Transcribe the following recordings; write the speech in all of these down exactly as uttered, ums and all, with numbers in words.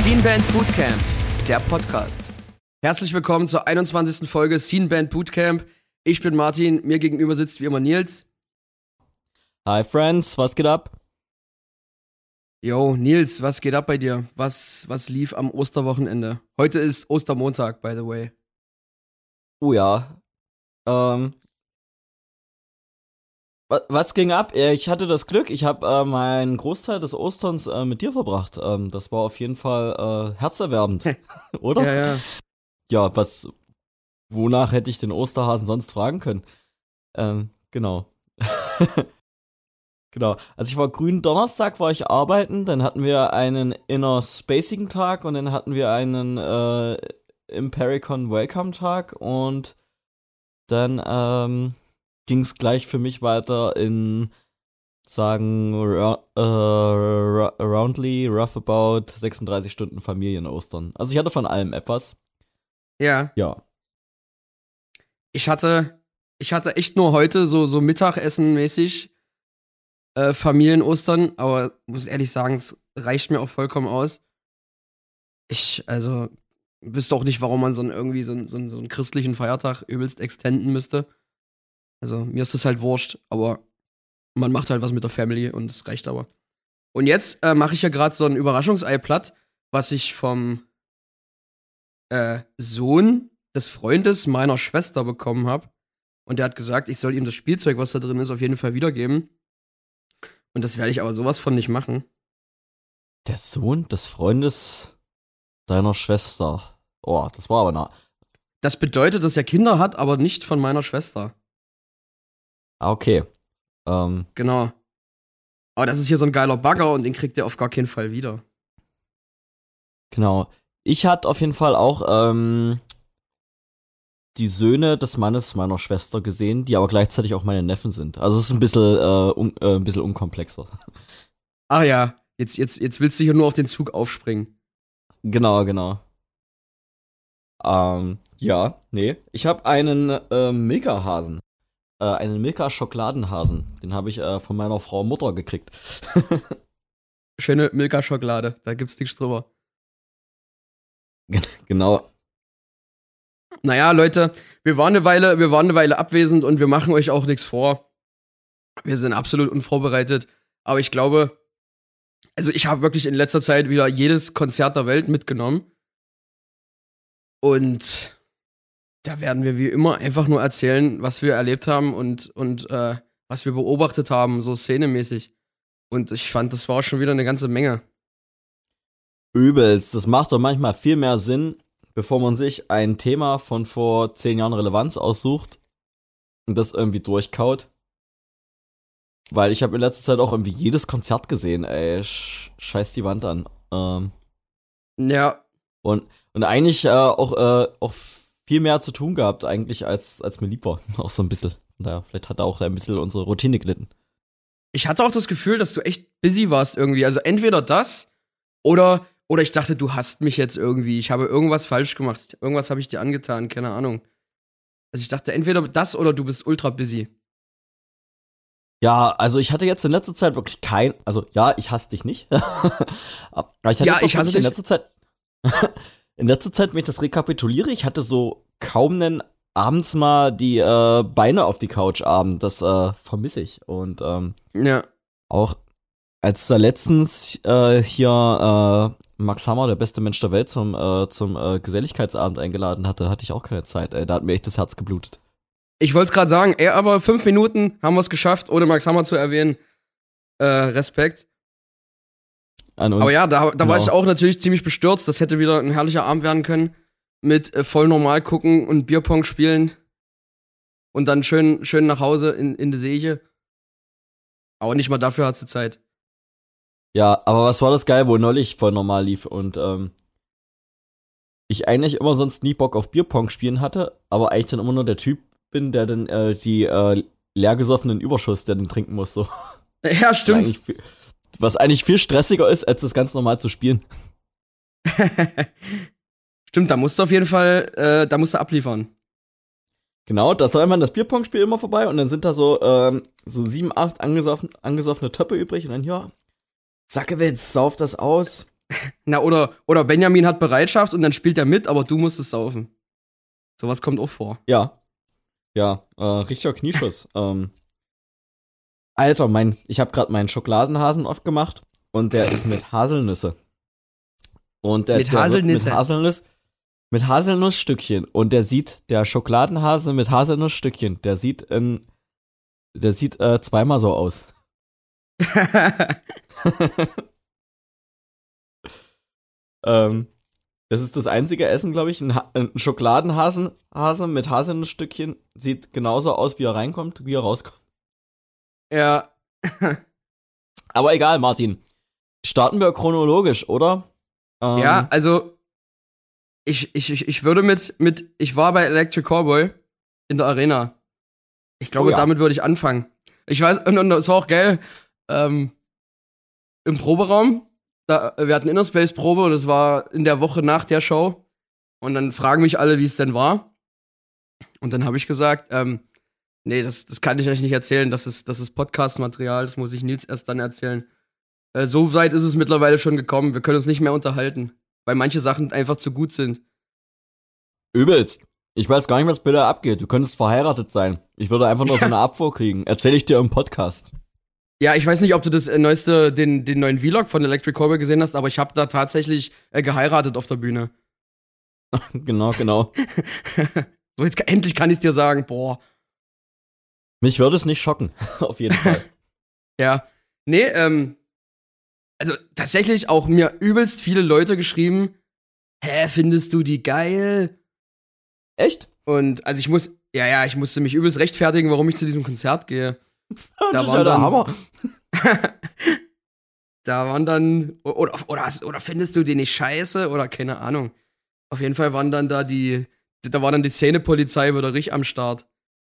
Scene Band Bootcamp, der Podcast. Herzlich willkommen zur einundzwanzigsten Folge Scene Band Bootcamp. Ich bin Martin, mir gegenüber sitzt wie immer Nils. Hi Friends, was geht ab? Yo, Nils, was geht ab bei dir? Was, was lief am Osterwochenende? Heute ist Ostermontag, by the way. Oh ja. Ähm. Was, was ging ab? Ich hatte das Glück, ich habe äh, meinen Großteil des Osterns äh, mit dir verbracht. Ähm, das war auf jeden Fall äh, herzerwärmend, oder? Ja, ja. Ja, was, wonach hätte ich den Osterhasen sonst fragen können? Ähm, genau. Genau. Also ich war grünen Donnerstag, war ich arbeiten, dann hatten wir einen Inner Spacing Tag und dann hatten wir einen äh, Impericon Welcome Tag und dann ähm, ging es gleich für mich weiter in, sagen, ra- äh, ra- roundly, roughabout sechsunddreißig Stunden Familien-Ostern. Also ich hatte von allem etwas. Ja. Ja. Ich hatte, ich hatte echt nur heute so, so Mittagessen-mäßig äh, Familien-Ostern, aber muss ehrlich sagen, es reicht mir auch vollkommen aus. Ich, also, wüsste auch nicht, warum man so einen, irgendwie so einen, so einen, so einen christlichen Feiertag übelst extenden müsste. Also, mir ist das halt wurscht, aber man macht halt was mit der Family und es reicht aber. Und jetzt äh, mache ich ja gerade so ein Überraschungsei platt, was ich vom äh, Sohn des Freundes meiner Schwester bekommen habe. Und der hat gesagt, ich soll ihm das Spielzeug, was da drin ist, auf jeden Fall wiedergeben. Und das werde ich aber sowas von nicht machen. Der Sohn des Freundes deiner Schwester. Oh, das war aber nah. Das bedeutet, dass er Kinder hat, aber nicht von meiner Schwester. Ah, okay. Ähm, Genau. Aber das ist hier so ein geiler Bagger und den kriegt er auf gar keinen Fall wieder. genau. Ich hatte auf jeden Fall auch ähm, die Söhne des Mannes meiner Schwester gesehen, die aber gleichzeitig auch meine Neffen sind. Also es ist ein bisschen, äh, un, äh, ein bisschen unkomplexer. Ach ja, jetzt, jetzt, jetzt willst du hier nur auf den Zug aufspringen. Genau, genau. Ähm, ja, nee. Ich habe einen äh, Milka-Hasen. Äh, einen Milka-Schokoladenhasen. Den habe ich äh, von meiner Frau Mutter gekriegt. Schöne Milka-Schokolade, da gibt's nichts drüber. Genau. Naja, Leute, wir waren eine Weile, wir waren eine Weile abwesend und wir machen euch auch nichts vor. Wir sind absolut unvorbereitet. Aber ich glaube, also ich habe wirklich in letzter Zeit wieder jedes Konzert der Welt mitgenommen. Und da werden wir wie immer einfach nur erzählen, was wir erlebt haben und, und äh, was wir beobachtet haben, so szenemäßig. Und ich fand, das war schon wieder eine ganze Menge. Übelst. Das macht doch manchmal viel mehr Sinn, bevor man sich ein Thema von vor zehn Jahren Relevanz aussucht und das irgendwie durchkaut. Weil ich habe in letzter Zeit auch irgendwie jedes Konzert gesehen, ey. Sch- Scheiß die Wand an. Ähm, Ja, und, und eigentlich äh, auch, äh, auch viel mehr zu tun gehabt, eigentlich, als, als mir lieb war. Auch so ein bisschen. Naja, vielleicht hat da auch ein bisschen unsere Routine gelitten. ich hatte auch das Gefühl, dass du echt busy warst irgendwie. Also entweder das oder, oder ich dachte, du hasst mich jetzt irgendwie. Ich habe irgendwas falsch gemacht. Irgendwas habe ich dir angetan, keine Ahnung. Also ich dachte, entweder das oder du bist ultra busy. Ja, also ich hatte jetzt in letzter Zeit wirklich kein, also ja, ich hasse dich nicht. Aber ich hatte Ja, jetzt auch ich hasse wirklich in dich. letzter Zeit, in letzter Zeit, wenn ich das rekapituliere, ich hatte so kaum einen abends mal die äh, Beine auf die Couch abend. Das äh, vermisse ich. Und ähm, Ja. auch als da letztens äh, hier äh, Max Hammer, der beste Mensch der Welt, zum, äh, zum äh, Geselligkeitsabend eingeladen hatte, hatte ich auch keine Zeit. Ey. Da hat mir echt das Herz geblutet. Ich wollte es gerade sagen, ey, aber fünf Minuten haben wir es geschafft, ohne Max Hammer zu erwähnen. Äh, Respekt. An uns. Aber ja, da, da Genau. war ich auch natürlich ziemlich bestürzt. Das hätte wieder ein herrlicher Abend werden können. Mit äh, voll normal gucken und Bierpong spielen. Und dann schön, schön nach Hause in, in die Seeche. Aber nicht mal dafür hast du Zeit. Ja, aber was war das geil, wo neulich voll normal lief und ähm, ich eigentlich immer sonst nie Bock auf Bierpong spielen hatte, aber eigentlich dann immer nur der Typ bin, der dann äh, die äh, leergesoffenen Überschuss, der dann trinken muss, so. Ja, Was stimmt. eigentlich, viel, was eigentlich viel stressiger ist, als das ganz normal zu spielen. Stimmt, da musst du auf jeden Fall, äh, da musst du abliefern. Genau, da ist dann irgendwann das Bierpong-Spiel immer vorbei und dann sind da so, ähm, so sieben, acht angesoffen, angesoffene Töpfe übrig und dann, ja, Sackewitz, sauf das aus. Na, oder, oder Benjamin hat Bereitschaft und dann spielt er mit, aber du musst es saufen. Sowas kommt auch vor. Ja. Ja, äh, richtiger Knieschuss. ähm, Alter, mein, ich habe gerade meinen Schokoladenhasen aufgemacht und der ist mit Haselnüsse. Und der, Mit der Haselnüsse? Mit Haselnuss, mit Haselnussstückchen. Und der sieht, der Schokoladenhase mit Haselnussstückchen, der sieht, in, der sieht äh, zweimal so aus. ähm, das ist das einzige Essen, glaube ich. Ein, ha- ein Schokoladenhasen Hase mit Haselnussstückchen sieht genauso aus, wie er reinkommt, wie er rauskommt. Ja. Aber egal, Martin. Starten wir chronologisch, oder? Ähm, Ja, also ich, ich, ich ich würde mit, mit, ich war bei Electric Callboy in der Arena. Ich glaube, Oh ja. damit würde ich anfangen. Ich weiß, und, und es war auch geil, ähm, im Proberaum, da, wir hatten Innerspace-Probe und es war in der Woche nach der Show. Und dann fragen mich alle, wie es denn war. Und dann habe ich gesagt, ähm, nee, das, das kann ich euch nicht erzählen, das ist, das ist Podcast-Material, das muss ich Nils erst dann erzählen. Äh, so weit ist es mittlerweile schon gekommen, wir können uns nicht mehr unterhalten, weil manche Sachen einfach zu gut sind. Übelst. Ich weiß gar nicht, was bitte abgeht. Du könntest verheiratet sein. Ich würde einfach nur Ja. so eine Abfuhr kriegen. Erzähl ich dir im Podcast. Ja, ich weiß nicht, ob du das äh, neueste, den, den neuen Vlog von Electric Callboy gesehen hast, aber ich habe da tatsächlich äh, geheiratet auf der Bühne. Genau, genau. So, jetzt endlich kann ich dir sagen, boah. Mich würde es nicht schocken. Auf jeden Fall. Ja. Nee, ähm, also tatsächlich auch mir übelst viele Leute geschrieben, hä, findest du die geil? Echt? Und also ich muss, ja, ja, ich musste mich übelst rechtfertigen, warum ich zu diesem Konzert gehe. Das ist waren ja der dann- Hammer. Da waren dann, oder, oder, oder findest du die nicht scheiße? Oder keine Ahnung. Auf jeden Fall waren dann da die, da war dann die Szenepolizei wieder richtig am Start.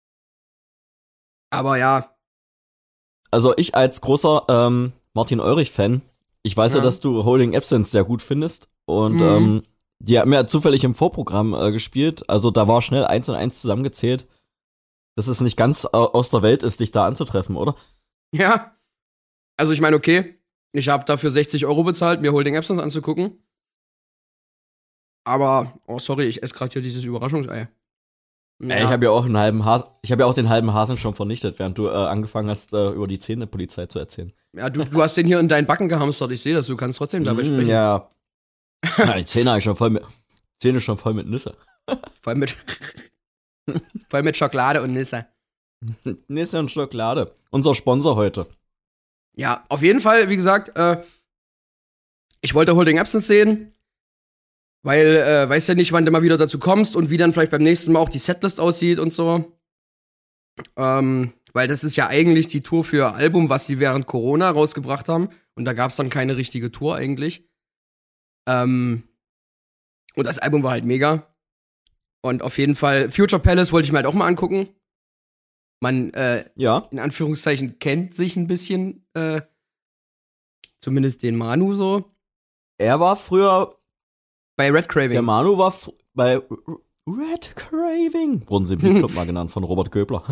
Aber ja, Also ich als großer ähm, Martin Eurich-Fan, ich weiß ja. Ja. dass du Holding Absence sehr gut findest. Und Mhm. ähm, die haben ja zufällig im Vorprogramm äh, gespielt. Also da war schnell eins und eins zusammengezählt, dass es nicht ganz äh, aus der Welt ist, dich da anzutreffen, oder? ja. Also ich meine, okay, ich habe dafür sechzig Euro bezahlt, mir Holding Absence anzugucken. Aber, oh sorry, ich esse gerade hier dieses Überraschungsei. Ja. Ich habe ja auch einen halben Has ich habe ja auch den halben Hasen schon vernichtet, während du äh, angefangen hast, äh, über die Zähnepolizei zu erzählen. Ja, du, du hast den hier in deinen Backen gehamstert, ich sehe das, du kannst trotzdem dabei Mm, sprechen. Ja. Ja, die Zähne ich schon voll mit Zähne schon voll mit Nüsse. Voll mit, voll mit Schokolade und Nüsse. Nüsse und Schokolade. Unser Sponsor heute. Ja, auf jeden Fall, wie gesagt, äh, ich wollte Holding Absence sehen, weil, äh, weiß ja nicht, wann du mal wieder dazu kommst und wie dann vielleicht beim nächsten Mal auch die Setlist aussieht und so. Ähm, weil das ist ja eigentlich die Tour für ihr Album, was sie während Corona rausgebracht haben. Und da gab's dann keine richtige Tour eigentlich. Ähm, und das Album war halt mega. Und auf jeden Fall, Future Palace wollte ich mir halt auch mal angucken. Man, äh, Ja. in Anführungszeichen kennt sich ein bisschen, äh, zumindest den Manu so. Er war früher, Bei Red Craving. der Manu war fr bei R- Red Craving. Wurden sie im Beatclub mal genannt von Robert Göbler.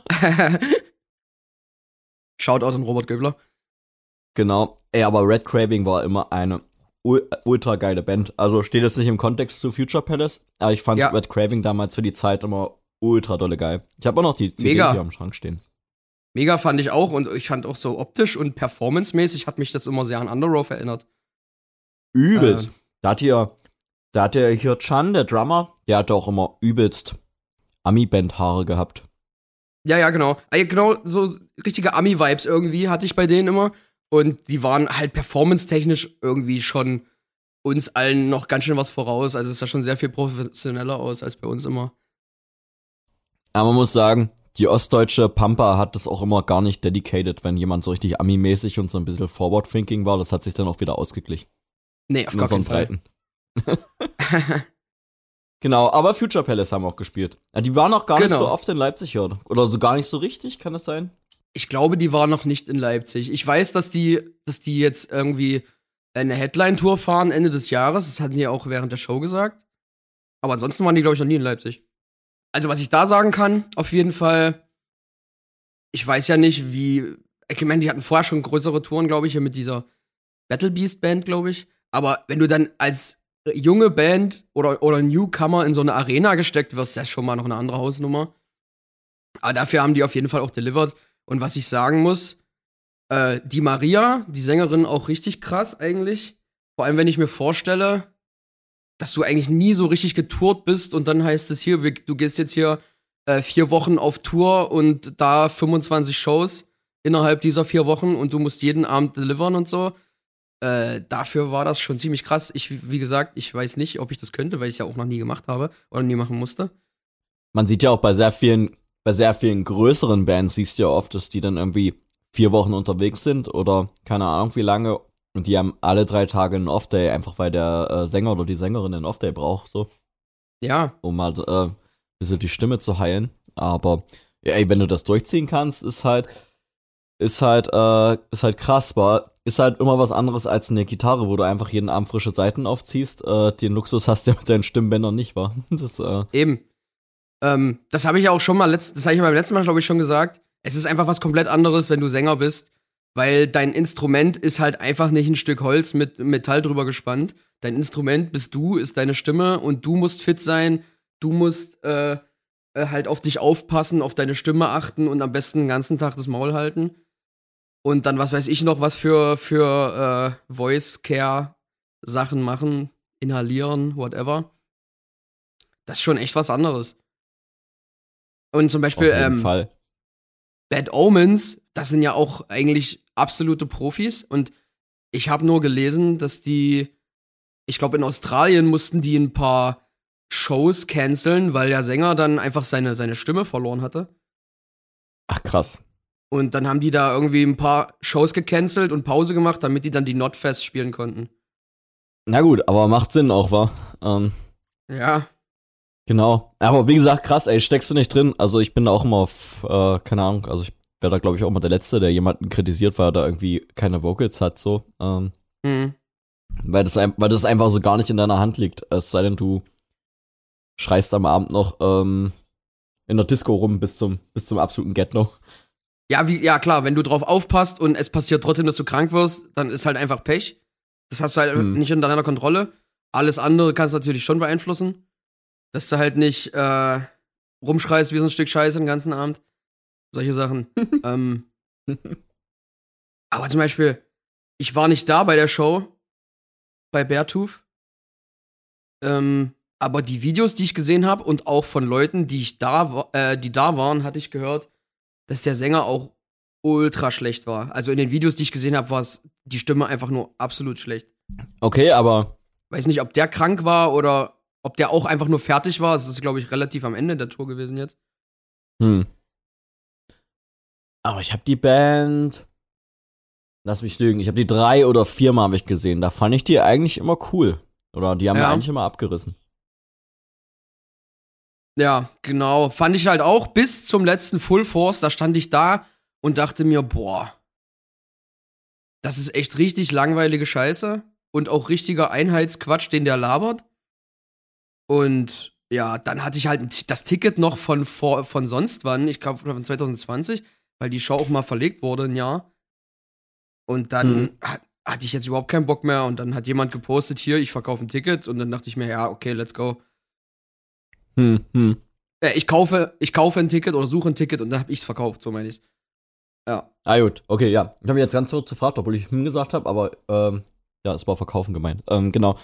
Shoutout an Robert Göbler. Genau. Ey, aber Red Craving war immer eine ul ultra geile Band. Also steht jetzt nicht im Kontext zu Future Palace, aber ich fand Ja. Red Craving damals für die Zeit immer ultra dolle geil. Ich habe auch noch die C D Mega. hier am Schrank stehen. Mega fand ich auch und ich fand auch so optisch und performancemäßig hat mich das immer sehr an Underoath erinnert. Übelst. Äh. Da hat hier, da hat der hier Chan, der Drummer, der hatte auch immer übelst Ami-Band-Haare gehabt. Ja, ja, genau. Ah, genau, so richtige Ami-Vibes irgendwie hatte ich bei denen immer. Und die waren halt performance-technisch irgendwie schon uns allen noch ganz schön was voraus. Also es sah schon sehr viel professioneller aus als bei uns immer. Aber man muss sagen, die ostdeutsche Pampa hat das auch immer gar nicht dedicated, wenn jemand so richtig Ami-mäßig und so ein bisschen Forward-Thinking war. Das hat sich dann auch wieder ausgeglichen. Nee, auf In gar keinen unseren Fall. Breiten. Genau, aber Future Palace haben auch gespielt. Ja, die waren auch gar nicht Genau. so oft in Leipzig, oder? Oder so gar nicht so richtig, kann das sein? Ich glaube, die waren noch nicht in Leipzig. Ich weiß, dass die, dass die jetzt irgendwie eine Headline-Tour fahren Ende des Jahres. Das hatten die auch während der Show gesagt. Aber ansonsten waren die, glaube ich, noch nie in Leipzig. Also, was ich da sagen kann, auf jeden Fall, ich weiß ja nicht, wie. Ich meine, die hatten vorher schon größere Touren, glaube ich, hier mit dieser Battle Beast Band, glaube ich. Aber wenn du dann als junge Band oder, oder Newcomer in so eine Arena gesteckt wirst, das ist schon mal noch eine andere Hausnummer. Aber dafür haben die auf jeden Fall auch delivered. Und was ich sagen muss, äh, die Maria, die Sängerin, auch richtig krass eigentlich. Vor allem, wenn ich mir vorstelle, dass du eigentlich nie so richtig getourt bist und dann heißt es hier, wir, du gehst jetzt hier äh, vier Wochen auf Tour und da fünfundzwanzig Shows innerhalb dieser vier Wochen und du musst jeden Abend delivern und so. Äh, dafür war das schon ziemlich krass. Ich, wie gesagt, ich weiß nicht, ob ich das könnte, weil ich es ja auch noch nie gemacht habe oder nie machen musste. Man sieht ja auch bei sehr vielen, bei sehr vielen größeren Bands, siehst du ja oft, dass die dann irgendwie vier Wochen unterwegs sind oder keine Ahnung wie lange und die haben alle drei Tage einen Off-Day, einfach weil der äh, Sänger oder die Sängerin einen Off-Day braucht, so. Ja. Um halt äh, ein bisschen die Stimme zu heilen. Aber ja, ey, wenn du das durchziehen kannst, ist halt ist halt, äh, ist halt krass, aber ist halt immer was anderes als eine Gitarre, wo du einfach jeden Abend frische Saiten aufziehst. Äh, den Luxus hast du ja mit deinen Stimmbändern nicht, wa? Das, äh Eben. Ähm, das habe ich ja auch schon mal, letzt, das habe ich beim letzten Mal, glaube ich, schon gesagt. Es ist einfach was komplett anderes, wenn du Sänger bist, weil dein Instrument ist halt einfach nicht ein Stück Holz mit Metall drüber gespannt. Dein Instrument bist du, ist deine Stimme und du musst fit sein, du musst äh, äh, halt auf dich aufpassen, auf deine Stimme achten und am besten den ganzen Tag das Maul halten. Und dann, was weiß ich noch, was für, für äh, Voice-Care-Sachen machen, inhalieren, whatever. Das ist schon echt was anderes. Und zum Beispiel Auf jeden ähm, Fall. Bad Omens, das sind ja auch eigentlich absolute Profis. Und ich habe nur gelesen, dass die, ich glaube, in Australien mussten die ein paar Shows canceln, weil der Sänger dann einfach seine, seine Stimme verloren hatte. Ach, krass. Und dann haben die da irgendwie ein paar Shows gecancelt und Pause gemacht, damit die dann die Notfest spielen konnten. Na gut, aber macht Sinn auch, wa? Ähm, Ja. Genau. Aber wie gesagt, krass, ey, steckst du nicht drin. Also ich bin da auch immer auf, äh, keine Ahnung, also ich wäre da, glaube ich, auch immer der Letzte, der jemanden kritisiert, weil er da irgendwie keine Vocals hat, so. Ähm, Mhm. weil, das, ein- weil das einfach so gar nicht in deiner Hand liegt. Es sei denn, du schreist am Abend noch ähm, in der Disco rum bis zum, bis zum absoluten Get-No. Ja, wie, ja, klar, wenn du drauf aufpasst und es passiert trotzdem, dass du krank wirst, dann ist halt einfach Pech. Das hast du halt Hm. nicht unter deiner Kontrolle. Alles andere kannst du natürlich schon beeinflussen. Dass du halt nicht äh, rumschreist wie so ein Stück Scheiße den ganzen Abend. Solche Sachen. ähm, aber zum Beispiel, ich war nicht da bei der Show, bei Beartooth. Ähm, aber die Videos, die ich gesehen habe und auch von Leuten, die ich da, wa- äh, die da waren, hatte ich gehört, dass der Sänger auch ultra schlecht war. Also in den Videos, die ich gesehen habe, war es die Stimme einfach nur absolut schlecht. Okay, aber Weiß nicht, ob der krank war oder ob der auch einfach nur fertig war. Das ist, glaube ich, relativ am Ende der Tour gewesen jetzt. hm. Aber ich habe die Band, lass mich lügen, ich habe die drei oder viermal hab ich gesehen. Da fand ich die eigentlich immer cool. Oder die haben Ja. mir eigentlich immer abgerissen. Ja, genau. Fand ich halt auch bis zum letzten Full Force. Da stand ich da und dachte mir, boah, das ist echt richtig langweilige Scheiße und auch richtiger Einheitsquatsch, den der labert. Und ja, dann hatte ich halt das Ticket noch von, vor, von sonst wann, ich glaube von zwanzig zwanzig, weil die Show auch mal verlegt wurde, ein Jahr. Und dann Mhm. hat, hatte ich jetzt überhaupt keinen Bock mehr und dann hat jemand gepostet, hier, ich verkaufe ein Ticket und dann dachte ich mir, ja, okay, let's go. Hm, hm. Äh, ich kaufe, ich kaufe ein Ticket oder suche ein Ticket und dann habe ich's verkauft, so meine ich's. Ja. Ah gut, okay, ja. Ich habe mich jetzt ganz kurz gefragt, obwohl ich hm gesagt habe, aber ähm, ja, es war verkaufen gemeint. Ähm, genau.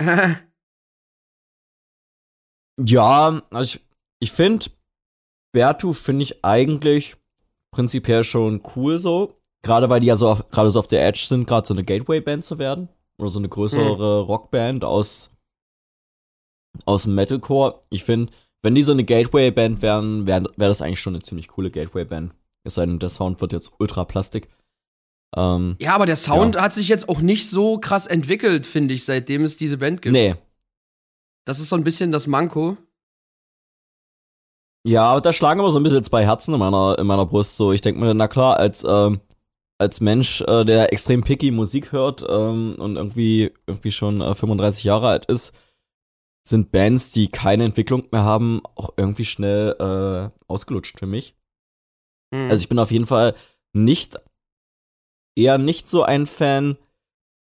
Ja, also ich, ich finde, Beartooth finde ich eigentlich prinzipiell schon cool so. Gerade weil die ja so auf, gerade so auf der Edge sind, gerade so eine Gateway-Band zu werden. Oder so eine größere Rockband aus, aus dem Metalcore. Ich finde, wenn die so eine Gateway-Band wären, wäre wär das eigentlich schon eine ziemlich coole Gateway-Band. Es sei denn, der Sound wird jetzt ultra plastik. Ähm, Ja, aber der Sound Ja. hat sich jetzt auch nicht so krass entwickelt, finde ich, seitdem es diese Band gibt. nee. Das ist so ein bisschen das Manko. Ja, da schlagen aber so ein bisschen zwei Herzen in meiner, in meiner Brust. So, ich denke mir, na klar, als, ähm, als Mensch, äh, der extrem picky Musik hört ähm, und irgendwie, irgendwie schon äh, fünfunddreißig Jahre alt ist, sind Bands, die keine Entwicklung mehr haben, auch irgendwie schnell äh, ausgelutscht für mich. Hm. Also ich bin auf jeden Fall nicht, eher nicht so ein Fan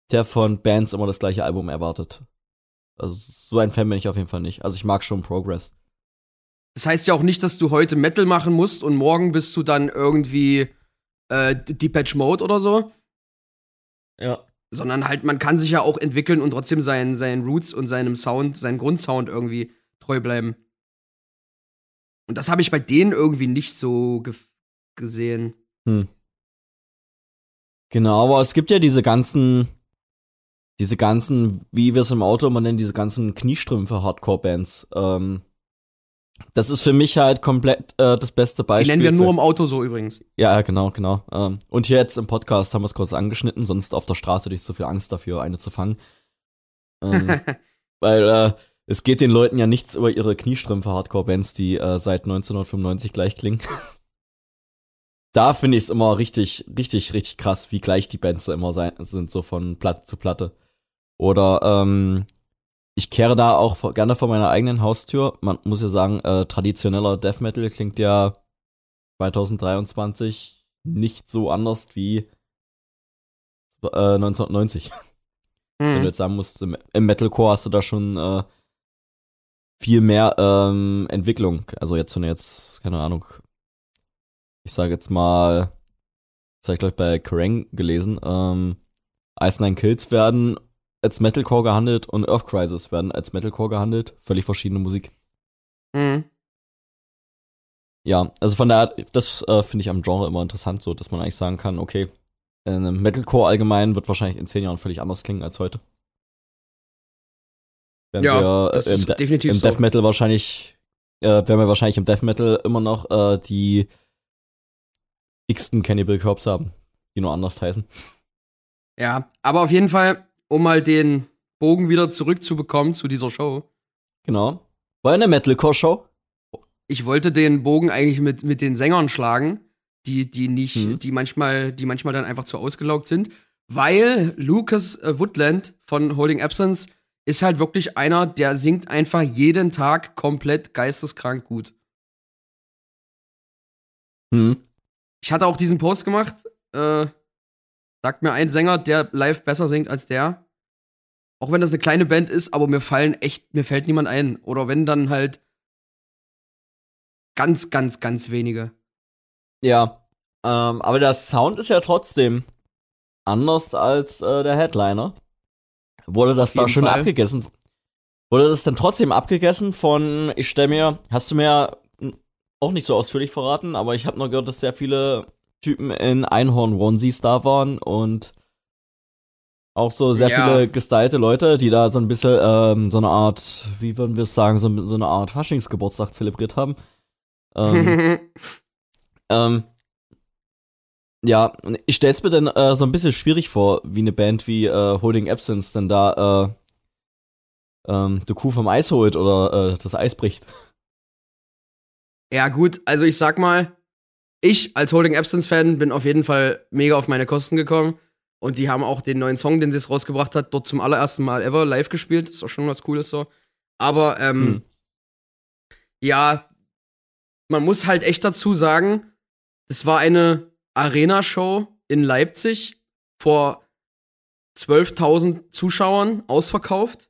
der von Bands immer das gleiche Album erwartet. Also so ein Fan bin ich auf jeden Fall nicht. Also ich mag schon Progress. Das heißt ja auch nicht, dass du heute Metal machen musst und morgen bist du dann irgendwie äh, Depeche Mode oder so. Ja. Sondern halt, man kann sich ja auch entwickeln und trotzdem seinen, seinen Roots und seinem Sound, seinen Grundsound irgendwie treu bleiben. Und das habe ich bei denen irgendwie nicht so ge- gesehen. Hm. Genau, aber es gibt ja diese ganzen, diese ganzen, wie wir es im Auto immer nennen, diese ganzen Kniestrümpfe-Hardcore-Bands. Ähm, das ist für mich halt komplett äh, das beste Beispiel. Die nennen wir nur für, im Auto so übrigens. Ja, genau, genau. Ähm, und hier jetzt im Podcast haben wir es kurz angeschnitten, sonst auf der Straße hätte ich so viel Angst dafür, eine zu fangen. Ähm, weil äh, es geht den Leuten ja nichts über ihre Kniestrümpfe-Hardcore-Bands, die äh, seit neunzehnhundertfünfundneunzig gleich klingen. Da finde ich es immer richtig, richtig, richtig krass, wie gleich die Bands immer sein, sind, so von Platte zu Platte. Oder ähm, ich kehre da auch vor, gerne vor meiner eigenen Haustür. Man muss ja sagen, äh, traditioneller Death Metal klingt ja zwanzig dreiundzwanzig nicht so anders wie äh, neunzehnhundertneunzig. Mhm. Wenn du jetzt sagen musst, im, im Metalcore hast du da schon äh, viel mehr ähm, Entwicklung. Also jetzt, wenn du jetzt, keine Ahnung, ich sage jetzt mal, das habe ich glaube ich bei Kerrang gelesen, ähm, Ice Nine Kills werden als Metalcore gehandelt und Earth Crisis werden als Metalcore gehandelt. Völlig verschiedene Musik. Mhm. Ja, also von der, das äh, finde ich am Genre immer interessant, so, dass man eigentlich sagen kann, okay, äh, Metalcore allgemein wird wahrscheinlich in zehn Jahren völlig anders klingen als heute. Werden Ja, wir das äh, im, ist De- definitiv im so. Death Metal wahrscheinlich, äh, werden wir wahrscheinlich im Death Metal immer noch äh, die x-ten Cannibal Corpse haben, die nur anders heißen. Ja, aber auf jeden Fall, um mal den Bogen wieder zurückzubekommen zu dieser Show. Genau. War eine Metalcore-Show? Ich wollte den Bogen eigentlich mit, mit den Sängern schlagen, die, die nicht, Mhm. die manchmal, die manchmal dann einfach zu ausgelaugt sind, weil Lucas äh, Woodland von Holding Absence ist halt wirklich einer, der singt einfach jeden Tag komplett geisteskrank gut. Mhm. Ich hatte auch diesen Post gemacht, äh, sagt mir ein Sänger, der live besser singt als der. Auch wenn das eine kleine Band ist, aber mir fallen echt, mir fällt niemand ein. Oder wenn dann halt ganz, ganz, ganz wenige. Ja. Ähm, aber der Sound ist ja trotzdem anders als äh, der Headliner. Wurde das Auf da jeden schön Fall. abgegessen? Wurde das dann trotzdem abgegessen von, ich stell mir, hast du mir auch nicht so ausführlich verraten, aber ich habe nur gehört, dass sehr viele Typen in Einhorn-Onesies da waren und auch so sehr Ja. viele gestylte Leute, die da so ein bisschen ähm, so eine Art, wie würden wir es sagen, so, so eine Art Faschingsgeburtstag zelebriert haben. Ähm, ähm, ja, und ich stell's mir dann äh, so ein bisschen schwierig vor, wie eine Band wie äh, Holding Absence denn da äh, ähm, die Kuh vom Eis holt oder äh, das Eis bricht. Ja, gut, also ich sag mal, ich als Holding Absence-Fan bin auf jeden Fall mega auf meine Kosten gekommen. Und die haben auch den neuen Song, den sie jetzt rausgebracht hat, dort zum allerersten Mal ever live gespielt. Ist auch schon was Cooles so. Aber, ähm, Hm. ja, man muss halt echt dazu sagen, es war eine Arena-Show in Leipzig vor zwölftausend Zuschauern ausverkauft.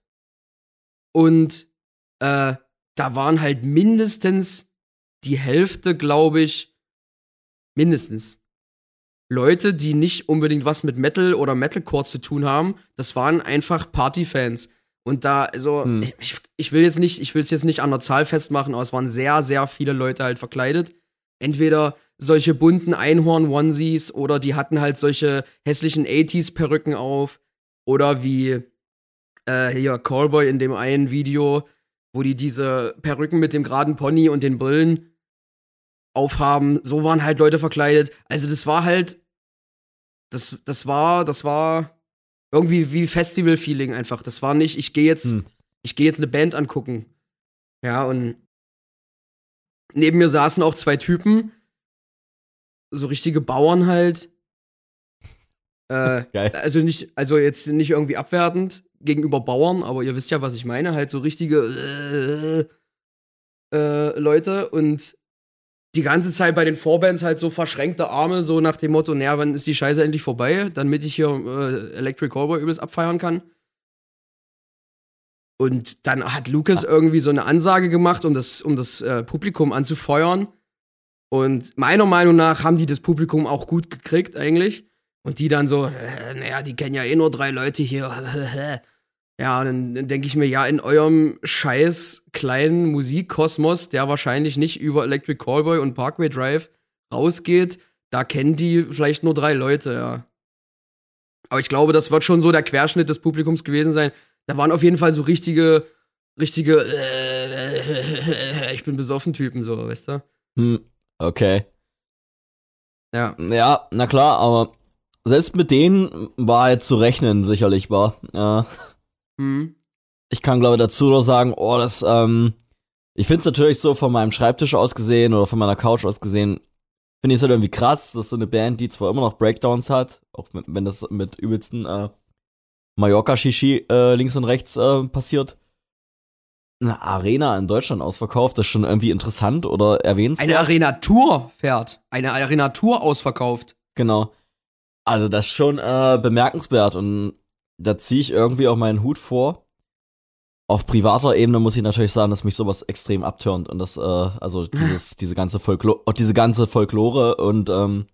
Und äh, da waren halt mindestens die Hälfte, glaube ich, mindestens Leute, die nicht unbedingt was mit Metal oder Metalcore zu tun haben. Das waren einfach Partyfans. Und da, also, Hm. ich, ich will jetzt nicht, ich will es jetzt nicht an der Zahl festmachen, aber es waren sehr, sehr viele Leute halt verkleidet. Entweder solche bunten Einhorn-Onesies oder die hatten halt solche hässlichen achtziger-Perücken auf. Oder wie äh, hier Callboy in dem einen Video, wo die diese Perücken mit dem geraden Pony und den Brillen aufhaben. So waren halt Leute verkleidet. Also das war halt, das, das war, das war irgendwie wie Festival-Feeling einfach. Das war nicht, ich gehe jetzt, Hm. ich gehe jetzt eine Band angucken. Ja, und neben mir saßen auch zwei Typen, so richtige Bauern halt. Äh, Geil. also nicht, also jetzt nicht irgendwie abwertend gegenüber Bauern, aber ihr wisst ja, was ich meine. Halt so richtige äh, äh, Leute und die ganze Zeit bei den Vorbands halt so verschränkte Arme, so nach dem Motto, naja, wann ist die Scheiße endlich vorbei, damit ich hier äh, Electric Callboy übelst abfeiern kann. Und dann hat Lucas ah. irgendwie so eine Ansage gemacht, um das, um das äh, Publikum anzufeuern. Und meiner Meinung nach haben die das Publikum auch gut gekriegt eigentlich. Und die dann so, äh, naja, die kennen ja eh nur drei Leute hier. Ja, und dann, dann denke ich mir, ja, in eurem scheiß kleinen Musikkosmos, der wahrscheinlich nicht über Electric Callboy und Parkway Drive rausgeht, da kennen die vielleicht nur drei Leute, ja. Aber ich glaube, das wird schon so der Querschnitt des Publikums gewesen sein. Da waren auf jeden Fall so richtige, richtige, äh, ich bin besoffen Typen, so, weißt du? Hm, okay. Ja. Ja, na klar, aber selbst mit denen war halt zu rechnen, sicherlich war. Ja. Mhm. Ich kann, glaube ich, dazu noch sagen, oh, das, ähm, ich find's natürlich so von meinem Schreibtisch aus gesehen oder von meiner Couch aus gesehen, finde ich es halt irgendwie krass, dass so eine Band, die zwar immer noch Breakdowns hat, auch mit, wenn das mit übelsten, äh, Mallorca-Shishi äh, links und rechts äh, passiert, eine Arena in Deutschland ausverkauft, das ist schon irgendwie interessant oder erwähnenswert. Eine Arena-Tour fährt. Eine Arena-Tour ausverkauft. Genau. Also das ist schon äh, bemerkenswert und da ziehe ich irgendwie auch meinen Hut vor. Auf privater Ebene muss ich natürlich sagen, dass mich sowas extrem abturnt und das, äh, also dieses, diese ganze Folklore, auch diese ganze Folklore und ähm,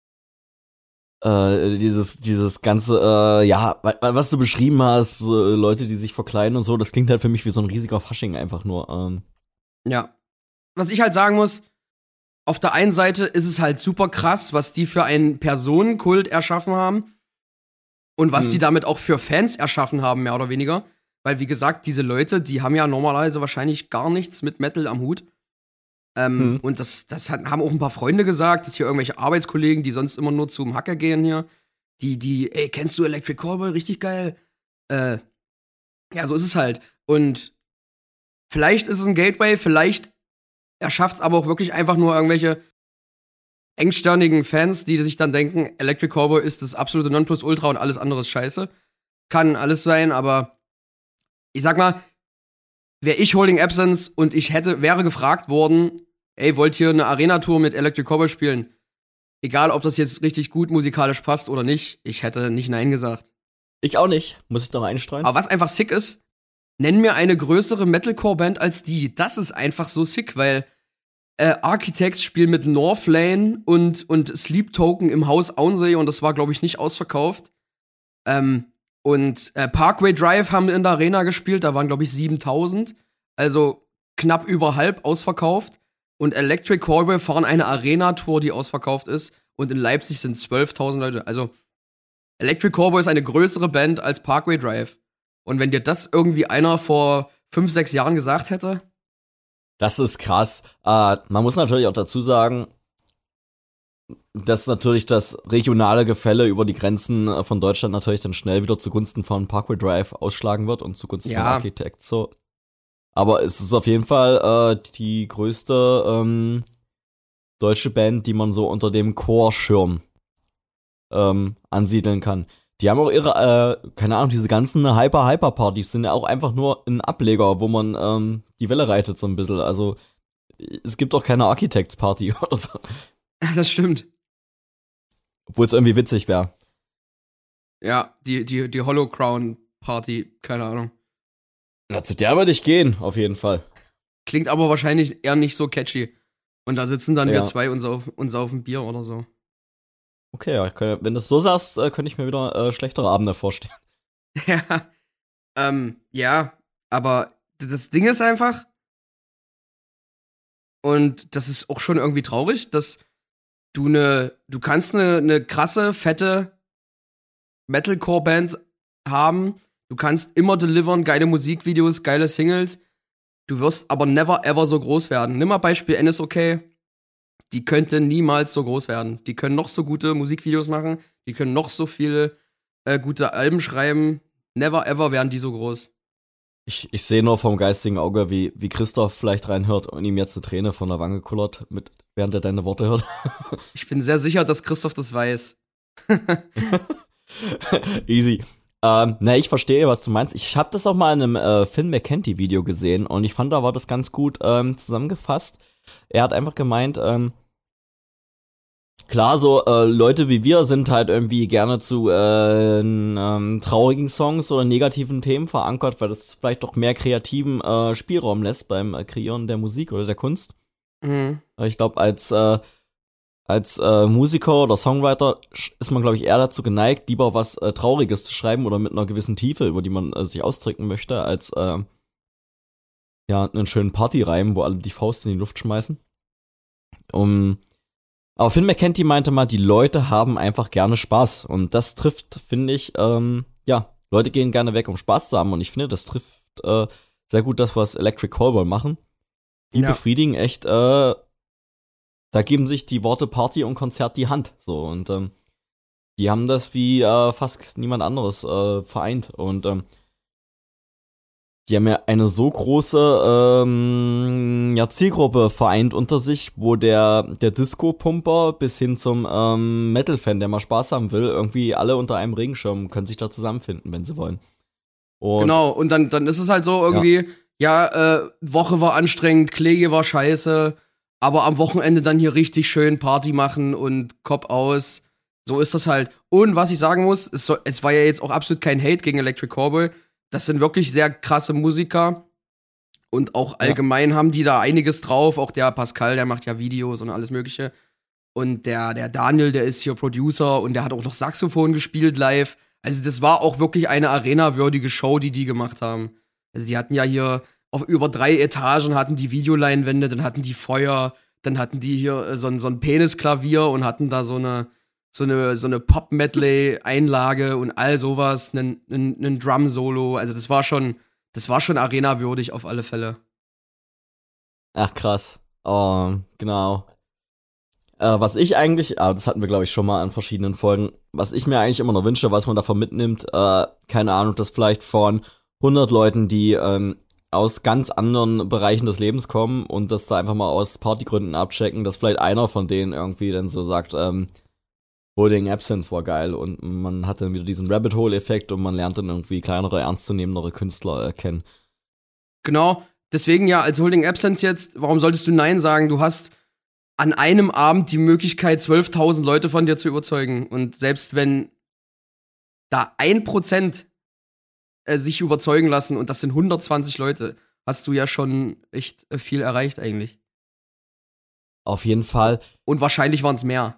Äh, dieses, dieses ganze, äh, ja, was du beschrieben hast, äh, Leute, die sich verkleiden und so, das klingt halt für mich wie so ein riesiger Fasching einfach nur. Ähm. Ja. Was ich halt sagen muss, auf der einen Seite ist es halt super krass, was die für einen Personenkult erschaffen haben und was hm. die damit auch für Fans erschaffen haben, mehr oder weniger. Weil, wie gesagt, diese Leute, die haben ja normalerweise wahrscheinlich gar nichts mit Metal am Hut. Ähm, hm. Und das, das hat, haben auch ein paar Freunde gesagt, dass hier irgendwelche Arbeitskollegen, die sonst immer nur zum Hacker gehen hier, die, die, ey, kennst du Electric Callboy? Richtig geil. Äh, ja, so ist es halt. Und vielleicht ist es ein Gateway, vielleicht erschafft es aber auch wirklich einfach nur irgendwelche engstirnigen Fans, die sich dann denken, Electric Callboy ist das absolute Nonplusultra und alles andere ist scheiße. Kann alles sein, aber ich sag mal, wäre ich Holding Absence und ich hätte, wäre gefragt worden, ey, wollt ihr eine Arena-Tour mit Electric Callboy spielen? Egal, ob das jetzt richtig gut musikalisch passt oder nicht, ich hätte nicht Nein gesagt. Ich auch nicht, muss ich doch einstreuen. Aber was einfach sick ist, nenn mir eine größere Metalcore-Band als die. Das ist einfach so sick, weil äh, Architects spielen mit Northlane und, und Sleep Token im Haus Aunsee und das war, glaube ich, nicht ausverkauft. Ähm, Und äh, Parkway Drive haben in der Arena gespielt, da waren, glaube ich, siebentausend. Also knapp über halb ausverkauft. Und Electric Callboy fahren eine Arena-Tour, die ausverkauft ist. Und in Leipzig sind zwölftausend Leute. Also Electric Callboy ist eine größere Band als Parkway Drive. Und wenn dir das irgendwie einer vor fünf, sechs Jahren gesagt hätte? Das ist krass. Äh, man muss natürlich auch dazu sagen, dass natürlich das regionale Gefälle über die Grenzen von Deutschland natürlich dann schnell wieder zugunsten von Parkway Drive ausschlagen wird und zugunsten ja. von Architects so. Aber es ist auf jeden Fall äh, die größte ähm, deutsche Band, die man so unter dem Chorschirm ähm, ansiedeln kann. Die haben auch ihre, äh, keine Ahnung, diese ganzen Hyper-Hyper-Partys sind ja auch einfach nur ein Ableger, wo man ähm, die Welle reitet so ein bisschen. Also es gibt auch keine Architects-Party oder so. Das stimmt. Obwohl es irgendwie witzig wäre. Ja, die, die, die Hollow Crown Party, keine Ahnung. Na, zu der würde ich gehen, auf jeden Fall. Klingt aber wahrscheinlich eher nicht so catchy. Und da sitzen dann ja. wir zwei und saufen, und saufen Bier oder so. Okay, ja, kann, wenn du es so sagst, äh, könnte ich mir wieder äh, schlechtere Abende vorstellen. Ja, ähm, ja, aber das Ding ist einfach, und das ist auch schon irgendwie traurig, dass du eine, du kannst eine, eine krasse, fette Metalcore-Band haben, du kannst immer delivern, geile Musikvideos, geile Singles, du wirst aber never ever so groß werden. Nimm mal Beispiel N S O K, die könnte niemals so groß werden. Die können noch so gute Musikvideos machen, die können noch so viele äh, gute Alben schreiben, never ever werden die so groß. Ich, ich sehe nur vom geistigen Auge, wie, wie Christoph vielleicht reinhört und ihm jetzt eine Träne von der Wange kullert, mit, während er deine Worte hört. Ich bin sehr sicher, dass Christoph das weiß. Easy. Ähm, na, ich verstehe, was du meinst. Ich habe das auch mal in einem äh, Finn McKenty-Video gesehen und ich fand, da war das ganz gut ähm, zusammengefasst. Er hat einfach gemeint, ähm, klar, so äh, Leute wie wir sind halt irgendwie gerne zu äh, ähm, traurigen Songs oder negativen Themen verankert, weil das vielleicht doch mehr kreativen äh, Spielraum lässt beim äh, Kreieren der Musik oder der Kunst. Mhm. Ich glaube, als äh, als äh, Musiker oder Songwriter ist man, glaube ich, eher dazu geneigt, lieber was äh, Trauriges zu schreiben oder mit einer gewissen Tiefe, über die man äh, sich ausdrücken möchte, als äh, ja einen schönen Partyreim, wo alle die Faust in die Luft schmeißen. Um, aber Finn McKenty meinte mal, die Leute haben einfach gerne Spaß und das trifft, finde ich, ähm, ja, Leute gehen gerne weg, um Spaß zu haben und ich finde, das trifft äh, sehr gut das, was Electric Callboy machen. Die Ja. befriedigen echt äh, da geben sich die Worte Party und Konzert die Hand. So, und ähm, die haben das wie äh, fast niemand anderes äh, vereint. Und ähm, die haben ja eine so große ähm, ja, Zielgruppe vereint unter sich, wo der, der Disco-Pumper bis hin zum ähm, Metal-Fan, der mal Spaß haben will, irgendwie alle unter einem Regenschirm können sich da zusammenfinden, wenn sie wollen. Und Genau, und dann, dann ist es halt so irgendwie, ja, ja äh, Woche war anstrengend, Klege war scheiße, aber am Wochenende dann hier richtig schön Party machen und Kopf aus. So ist das halt. Und was ich sagen muss, es, so, es war ja jetzt auch absolut kein Hate gegen Electric Callboy. Das sind wirklich sehr krasse Musiker. Und auch allgemein ja. haben die da einiges drauf. Auch der Pascal, der macht ja Videos und alles Mögliche. Und der, der Daniel, der ist hier Producer und der hat auch noch Saxophon gespielt live. Also das war auch wirklich eine Arena-würdige Show, die die gemacht haben. Also die hatten ja hier auf über drei Etagen hatten die Videoleinwände, dann hatten die Feuer, dann hatten die hier äh, so ein, so ein Penisklavier und hatten da so eine so eine so eine Pop-Medley-Einlage und all sowas, einen, einen, einen Drum-Solo. Also das war schon, das war schon Arena-würdig auf alle Fälle. Ach krass. Oh, genau. Äh, was ich eigentlich, ah, das hatten wir glaube ich schon mal an verschiedenen Folgen, was ich mir eigentlich immer noch wünsche, was man davon mitnimmt, äh, keine Ahnung, das vielleicht von hundert Leuten, die ähm, aus ganz anderen Bereichen des Lebens kommen und das da einfach mal aus Partygründen abchecken, dass vielleicht einer von denen irgendwie dann so sagt, ähm, Holding Absence war geil und man hat dann wieder diesen Rabbit Hole-Effekt und man lernt dann irgendwie kleinere, ernstzunehmendere Künstler äh, kennen. Genau, deswegen ja, als Holding Absence jetzt, warum solltest du Nein sagen? Du hast an einem Abend die Möglichkeit, zwölftausend Leute von dir zu überzeugen. Und selbst wenn da ein Prozent sich überzeugen lassen und das sind hundertzwanzig Leute, hast du ja schon echt viel erreicht eigentlich. Auf jeden Fall. Und wahrscheinlich waren es mehr.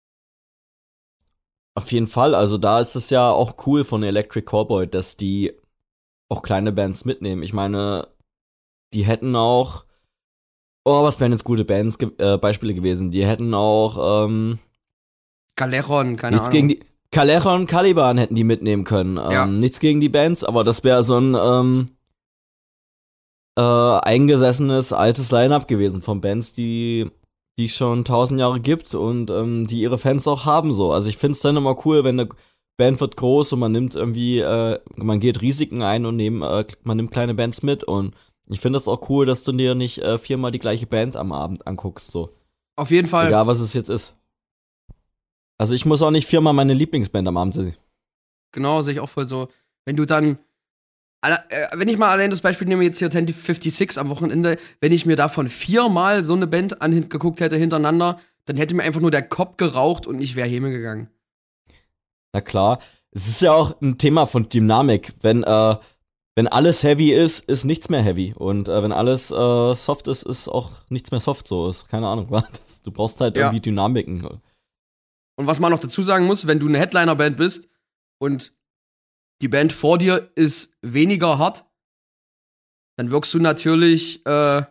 Auf jeden Fall, also da ist es ja auch cool von Electric Callboy, dass die auch kleine Bands mitnehmen. Ich meine, die hätten auch, oh, was wären jetzt gute Bands, ge- äh, Beispiele gewesen, die hätten auch, ähm, Galeron, keine nichts Ahnung. gegen die, Calera und Caliban hätten die mitnehmen können. Ähm, Ja. Nichts gegen die Bands, aber das wäre so ein ähm, äh, eingesessenes altes Line-Up gewesen von Bands, die die es schon tausend Jahre gibt und ähm, die ihre Fans auch haben so. Also ich find's dann immer cool, wenn eine Band wird groß und man nimmt irgendwie, äh, man geht Risiken ein und nehmen, äh, man nimmt kleine Bands mit und ich finde das auch cool, dass du dir nicht äh, viermal die gleiche Band am Abend anguckst so. Auf jeden Fall. Egal was es jetzt ist. Also ich muss auch nicht viermal meine Lieblingsband am Abend sehen. Genau, sehe ich auch voll so. Wenn du dann, äh, wenn ich mal allein das Beispiel nehme, jetzt hier zehn fünfundsechzig am Wochenende, wenn ich mir davon viermal so eine Band angeguckt hätte hintereinander, dann hätte mir einfach nur der Kopf geraucht und ich wäre Heme gegangen. Na klar, es ist ja auch ein Thema von Dynamik. Wenn, äh, wenn alles heavy ist, ist nichts mehr heavy. Und äh, wenn alles äh, soft ist, ist auch nichts mehr soft. So ist, keine Ahnung, was? Du brauchst halt Ja. irgendwie Dynamiken. Und was man noch dazu sagen muss, wenn du eine Headliner-Band bist und die Band vor dir ist weniger hart, dann wirkst du natürlich äh,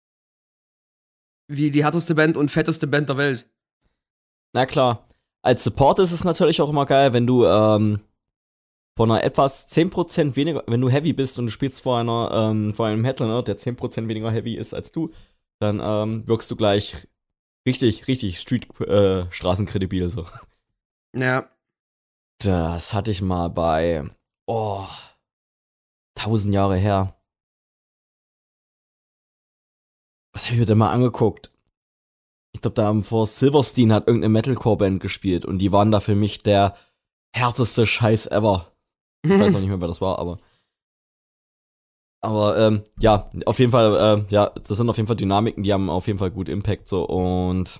wie die härteste Band und fetteste Band der Welt. Na klar. Als Support ist es natürlich auch immer geil, wenn du ähm, von einer etwas zehn Prozent weniger, wenn du heavy bist und du spielst vor einer, ähm, vor einem Headliner, der zehn Prozent weniger heavy ist als du, dann ähm, wirkst du gleich richtig, richtig Street-Straßenkredibil so. Ja. Das hatte ich mal bei, oh, tausend Jahre her. Was habe ich mir denn mal angeguckt? Ich glaube, da haben vor Silverstein hat irgendeine Metalcore-Band gespielt und die waren da für mich der härteste Scheiß ever. Ich weiß auch nicht mehr, wer das war, aber. Aber ähm, ja, auf jeden Fall, äh, ja, das sind auf jeden Fall Dynamiken, die haben auf jeden Fall gut Impact so und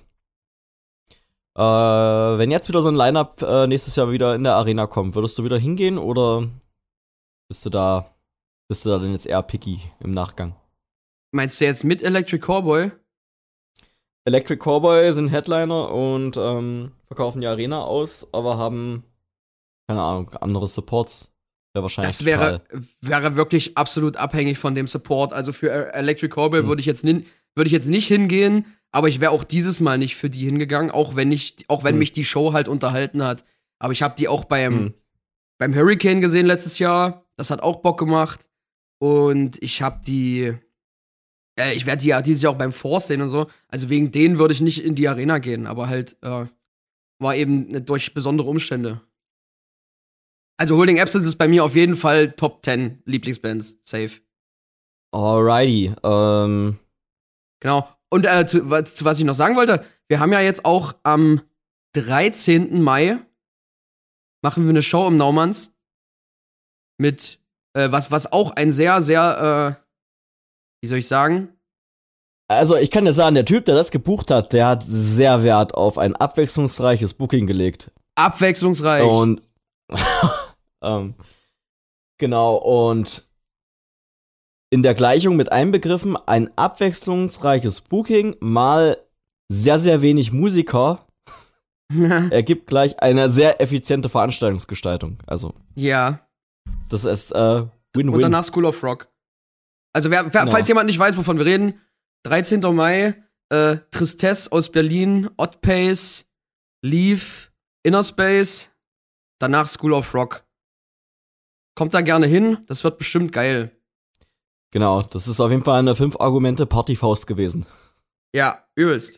äh, wenn jetzt wieder so ein Line-Up äh, nächstes Jahr wieder in der Arena kommt, würdest du wieder hingehen oder bist du da, bist du da denn jetzt eher picky im Nachgang? Meinst du jetzt mit Electric Callboy? Electric Callboy sind Headliner und ähm, verkaufen die Arena aus, aber haben, keine Ahnung, andere Supports. Wäre wahrscheinlich Das wäre, total. wäre wirklich absolut abhängig von dem Support. Also für äh, Electric Callboy Hm. würde ich jetzt nin, würde ich jetzt nicht hingehen, aber ich wäre auch dieses Mal nicht für die hingegangen, auch wenn ich, auch wenn Hm. mich die Show halt unterhalten hat. Aber ich habe die auch beim, Hm. beim Hurricane gesehen letztes Jahr. Das hat auch Bock gemacht. Und ich habe die, äh, ich werde die ja dieses Jahr auch beim Force sehen und so. Also wegen denen würde ich nicht in die Arena gehen, aber halt äh, war eben durch besondere Umstände. Also Holding Absence ist bei mir auf jeden Fall Top zehn Lieblingsbands, safe. Alrighty, ähm, Genau. Und äh, zu, was- zu was ich noch sagen wollte, wir haben ja jetzt auch am dreizehnten Mai machen wir eine Show im Naumanns mit, äh, was, was auch ein sehr, sehr, äh, wie soll ich sagen? also ich kann dir sagen, der Typ, der das gebucht hat, der hat sehr Wert auf ein abwechslungsreiches Booking gelegt. Abwechslungsreich. Und ähm, genau, und in der Gleichung mit einbegriffen, ein abwechslungsreiches Booking mal sehr, sehr wenig Musiker ergibt gleich eine sehr effiziente Veranstaltungsgestaltung. Also, Ja. das ist äh, Und Win-Win. danach School of Rock. Also, wer, wer, Genau. falls jemand nicht weiß, wovon wir reden, dreizehnten Mai, äh, Tristesse aus Berlin, Odd Pace, Leaf, Inner Space, danach School of Rock. Kommt da gerne hin, das wird bestimmt geil. Genau, das ist auf jeden Fall eine fünf-Argumente-Partyfaust gewesen. Ja, übelst.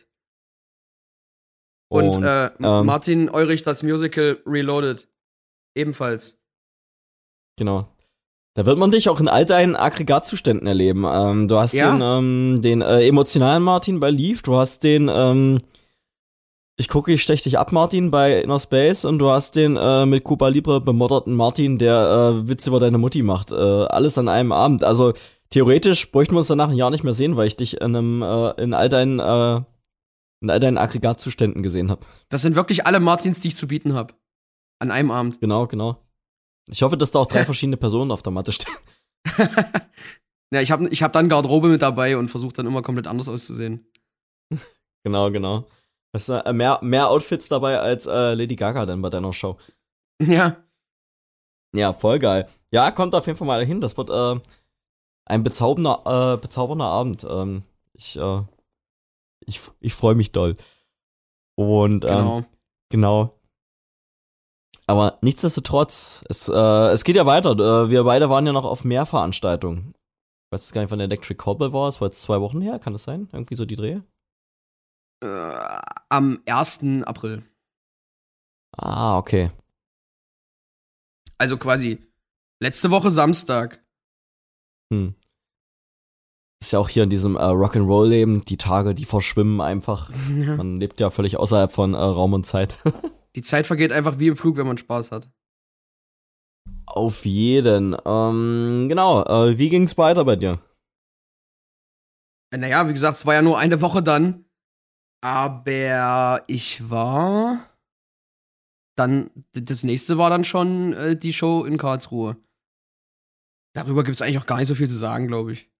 Und, Und, äh, ähm, Martin Eurich, das Musical Reloaded. Ebenfalls. Genau. Da wird man dich auch in all deinen Aggregatzuständen erleben. Ähm, du hast Ja. den, ähm, den äh, emotionalen Martin bei Leaf, du hast den, ähm, ich gucke, ich stech dich ab Martin bei Inner Space und du hast den äh, mit Cuba Libre bemodderten Martin, der äh, Witze über deine Mutti macht. Äh, alles an einem Abend. Also theoretisch bräuchten wir uns danach ein Jahr nicht mehr sehen, weil ich dich in einem, äh, in all deinen, äh, in all deinen Aggregatzuständen gesehen habe. Das sind wirklich alle Martins, die ich zu bieten habe. An einem Abend. Genau, genau. Ich hoffe, dass da auch drei verschiedene Personen auf der Matte stehen. Ja, ich habe ich hab dann Garderobe mit dabei und versuche dann immer komplett anders auszusehen. Genau, genau. Hast du äh, mehr, mehr Outfits dabei als äh, Lady Gaga dann bei deiner Show? Ja. Ja, voll geil. Ja, kommt auf jeden Fall mal hin. Das wird äh, ein bezaubernder, äh, bezaubernder Abend. Ähm, ich äh, ich, ich freue mich doll. Und ähm, Genau. genau. Aber nichtsdestotrotz, es, äh, es geht ja weiter. Äh, wir beide waren ja noch auf mehr Veranstaltungen. Ich weiß jetzt gar nicht, wann der Electric Callboy war. Es war jetzt zwei Wochen her, kann das sein? Irgendwie so die Dreh? Äh, am ersten April. Ah, okay. Also quasi letzte Woche Samstag. Hm. Ist ja auch hier in diesem äh, Rock'n'Roll-Leben, die Tage, die verschwimmen einfach. Ja. Man lebt ja völlig außerhalb von äh, Raum und Zeit. Die Zeit vergeht einfach wie im Flug, wenn man Spaß hat. Auf jeden. Ähm, genau, äh, wie ging's weiter bei dir? Äh, Naja, wie gesagt, es war ja nur eine Woche dann. Aber ich war. Dann, d- das nächste war dann schon äh, die Show in Karlsruhe. Darüber gibt es eigentlich auch gar nicht so viel zu sagen, glaube ich.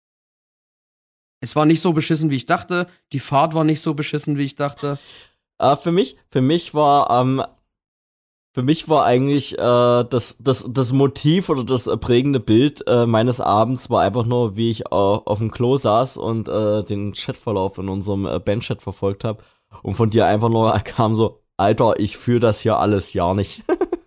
Es war nicht so beschissen, wie ich dachte. Die Fahrt war nicht so beschissen, wie ich dachte. Äh, für mich, für mich war, ähm, für mich war eigentlich äh, das, das, das Motiv oder das äh, prägende Bild äh, meines Abends war einfach nur, wie ich äh, auf dem Klo saß und äh, den Chatverlauf in unserem äh, Bandchat verfolgt habe und von dir einfach nur kam so, Alter, ich fühle das hier alles ja nicht.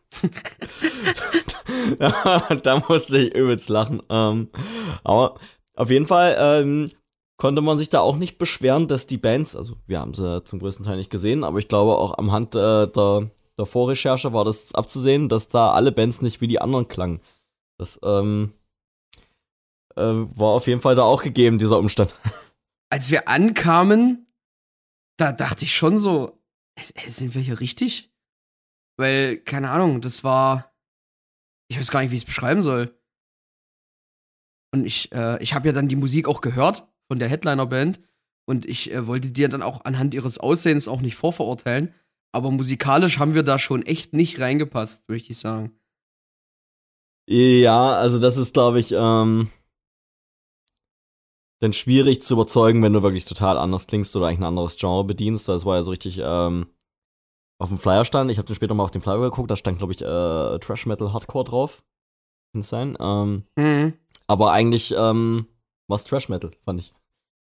Ja, da musste ich übelst lachen. Ähm, aber auf jeden Fall ähm, konnte man sich da auch nicht beschweren, dass die Bands, also wir haben sie zum größten Teil nicht gesehen, aber ich glaube auch am Hand äh, der, der Vorrecherche war das abzusehen, dass da alle Bands nicht wie die anderen klangen. Das ähm, äh, war auf jeden Fall da auch gegeben, dieser Umstand. Als wir ankamen, da dachte ich schon so, äh, sind wir hier richtig? Weil, keine Ahnung, das war. ich weiß gar nicht, wie ich es beschreiben soll. Und ich, äh, ich habe ja dann die Musik auch gehört von der Headliner-Band und ich äh, wollte die dann auch anhand ihres Aussehens auch nicht vorverurteilen. Aber musikalisch haben wir da schon echt nicht reingepasst, möchte ich sagen. Ja, also das ist, glaube ich, ähm, dann schwierig zu überzeugen, wenn du wirklich total anders klingst oder eigentlich ein anderes Genre bedienst. Das war ja so richtig ähm, auf dem Flyer stand. Ich habe dann später mal auf den Flyer geguckt, da stand, glaube ich, äh, Thrash Metal Hardcore drauf. Kann es sein? Ähm, Mhm. aber eigentlich ähm, war es Thrash Metal, fand ich.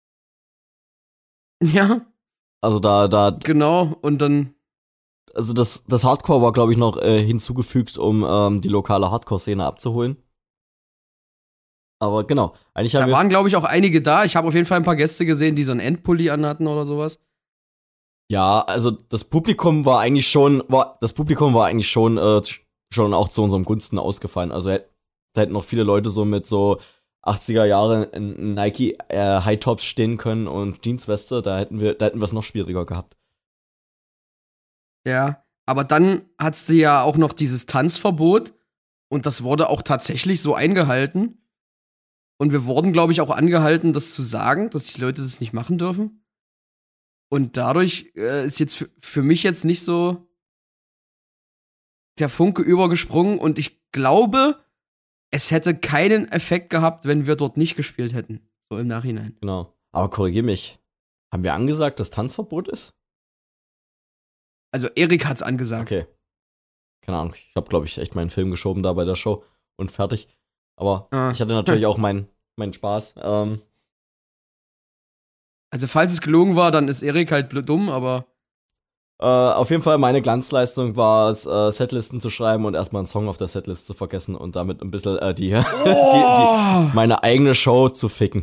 Ja. Also da, da. Genau, und dann. Also das, das Hardcore war, glaube ich, noch äh, hinzugefügt, um ähm, die lokale Hardcore-Szene abzuholen. Aber genau, eigentlich haben Da wir waren, glaube ich, auch einige da. Ich habe auf jeden Fall ein paar Gäste gesehen, die so einen Endpulli anhatten oder sowas. ja, also das Publikum war eigentlich schon, war das Publikum war eigentlich schon äh, schon auch zu unserem Gunsten ausgefallen. Also da hätten noch viele Leute so mit so achtziger Jahre in Nike äh, High Tops stehen können und Jeansweste. Da hätten wir, da hätten wir es noch schwieriger gehabt. Ja, aber dann hattest du ja auch noch dieses Tanzverbot und das wurde auch tatsächlich so eingehalten. Und wir wurden, glaube ich, auch angehalten, das zu sagen, dass die Leute das nicht machen dürfen. Und dadurch äh, ist jetzt für, für mich jetzt nicht so der Funke übergesprungen. Und ich glaube, es hätte keinen Effekt gehabt, wenn wir dort nicht gespielt hätten. So im Nachhinein. Genau. Aber korrigier mich. Haben wir angesagt, dass Tanzverbot ist? Also Erik hat's angesagt. Okay. Keine Ahnung. Ich habe, glaube ich, echt meinen Film geschoben da bei der Show und fertig. Aber Ah. ich hatte natürlich auch meinen mein Spaß. Ähm, Also falls es gelogen war, dann ist Erik halt blöd dumm, aber äh, auf jeden Fall meine Glanzleistung war es, äh, Setlisten zu schreiben und erstmal einen Song auf der Setlist zu vergessen und damit ein bisschen äh, die, oh. die, die meine eigene Show zu ficken.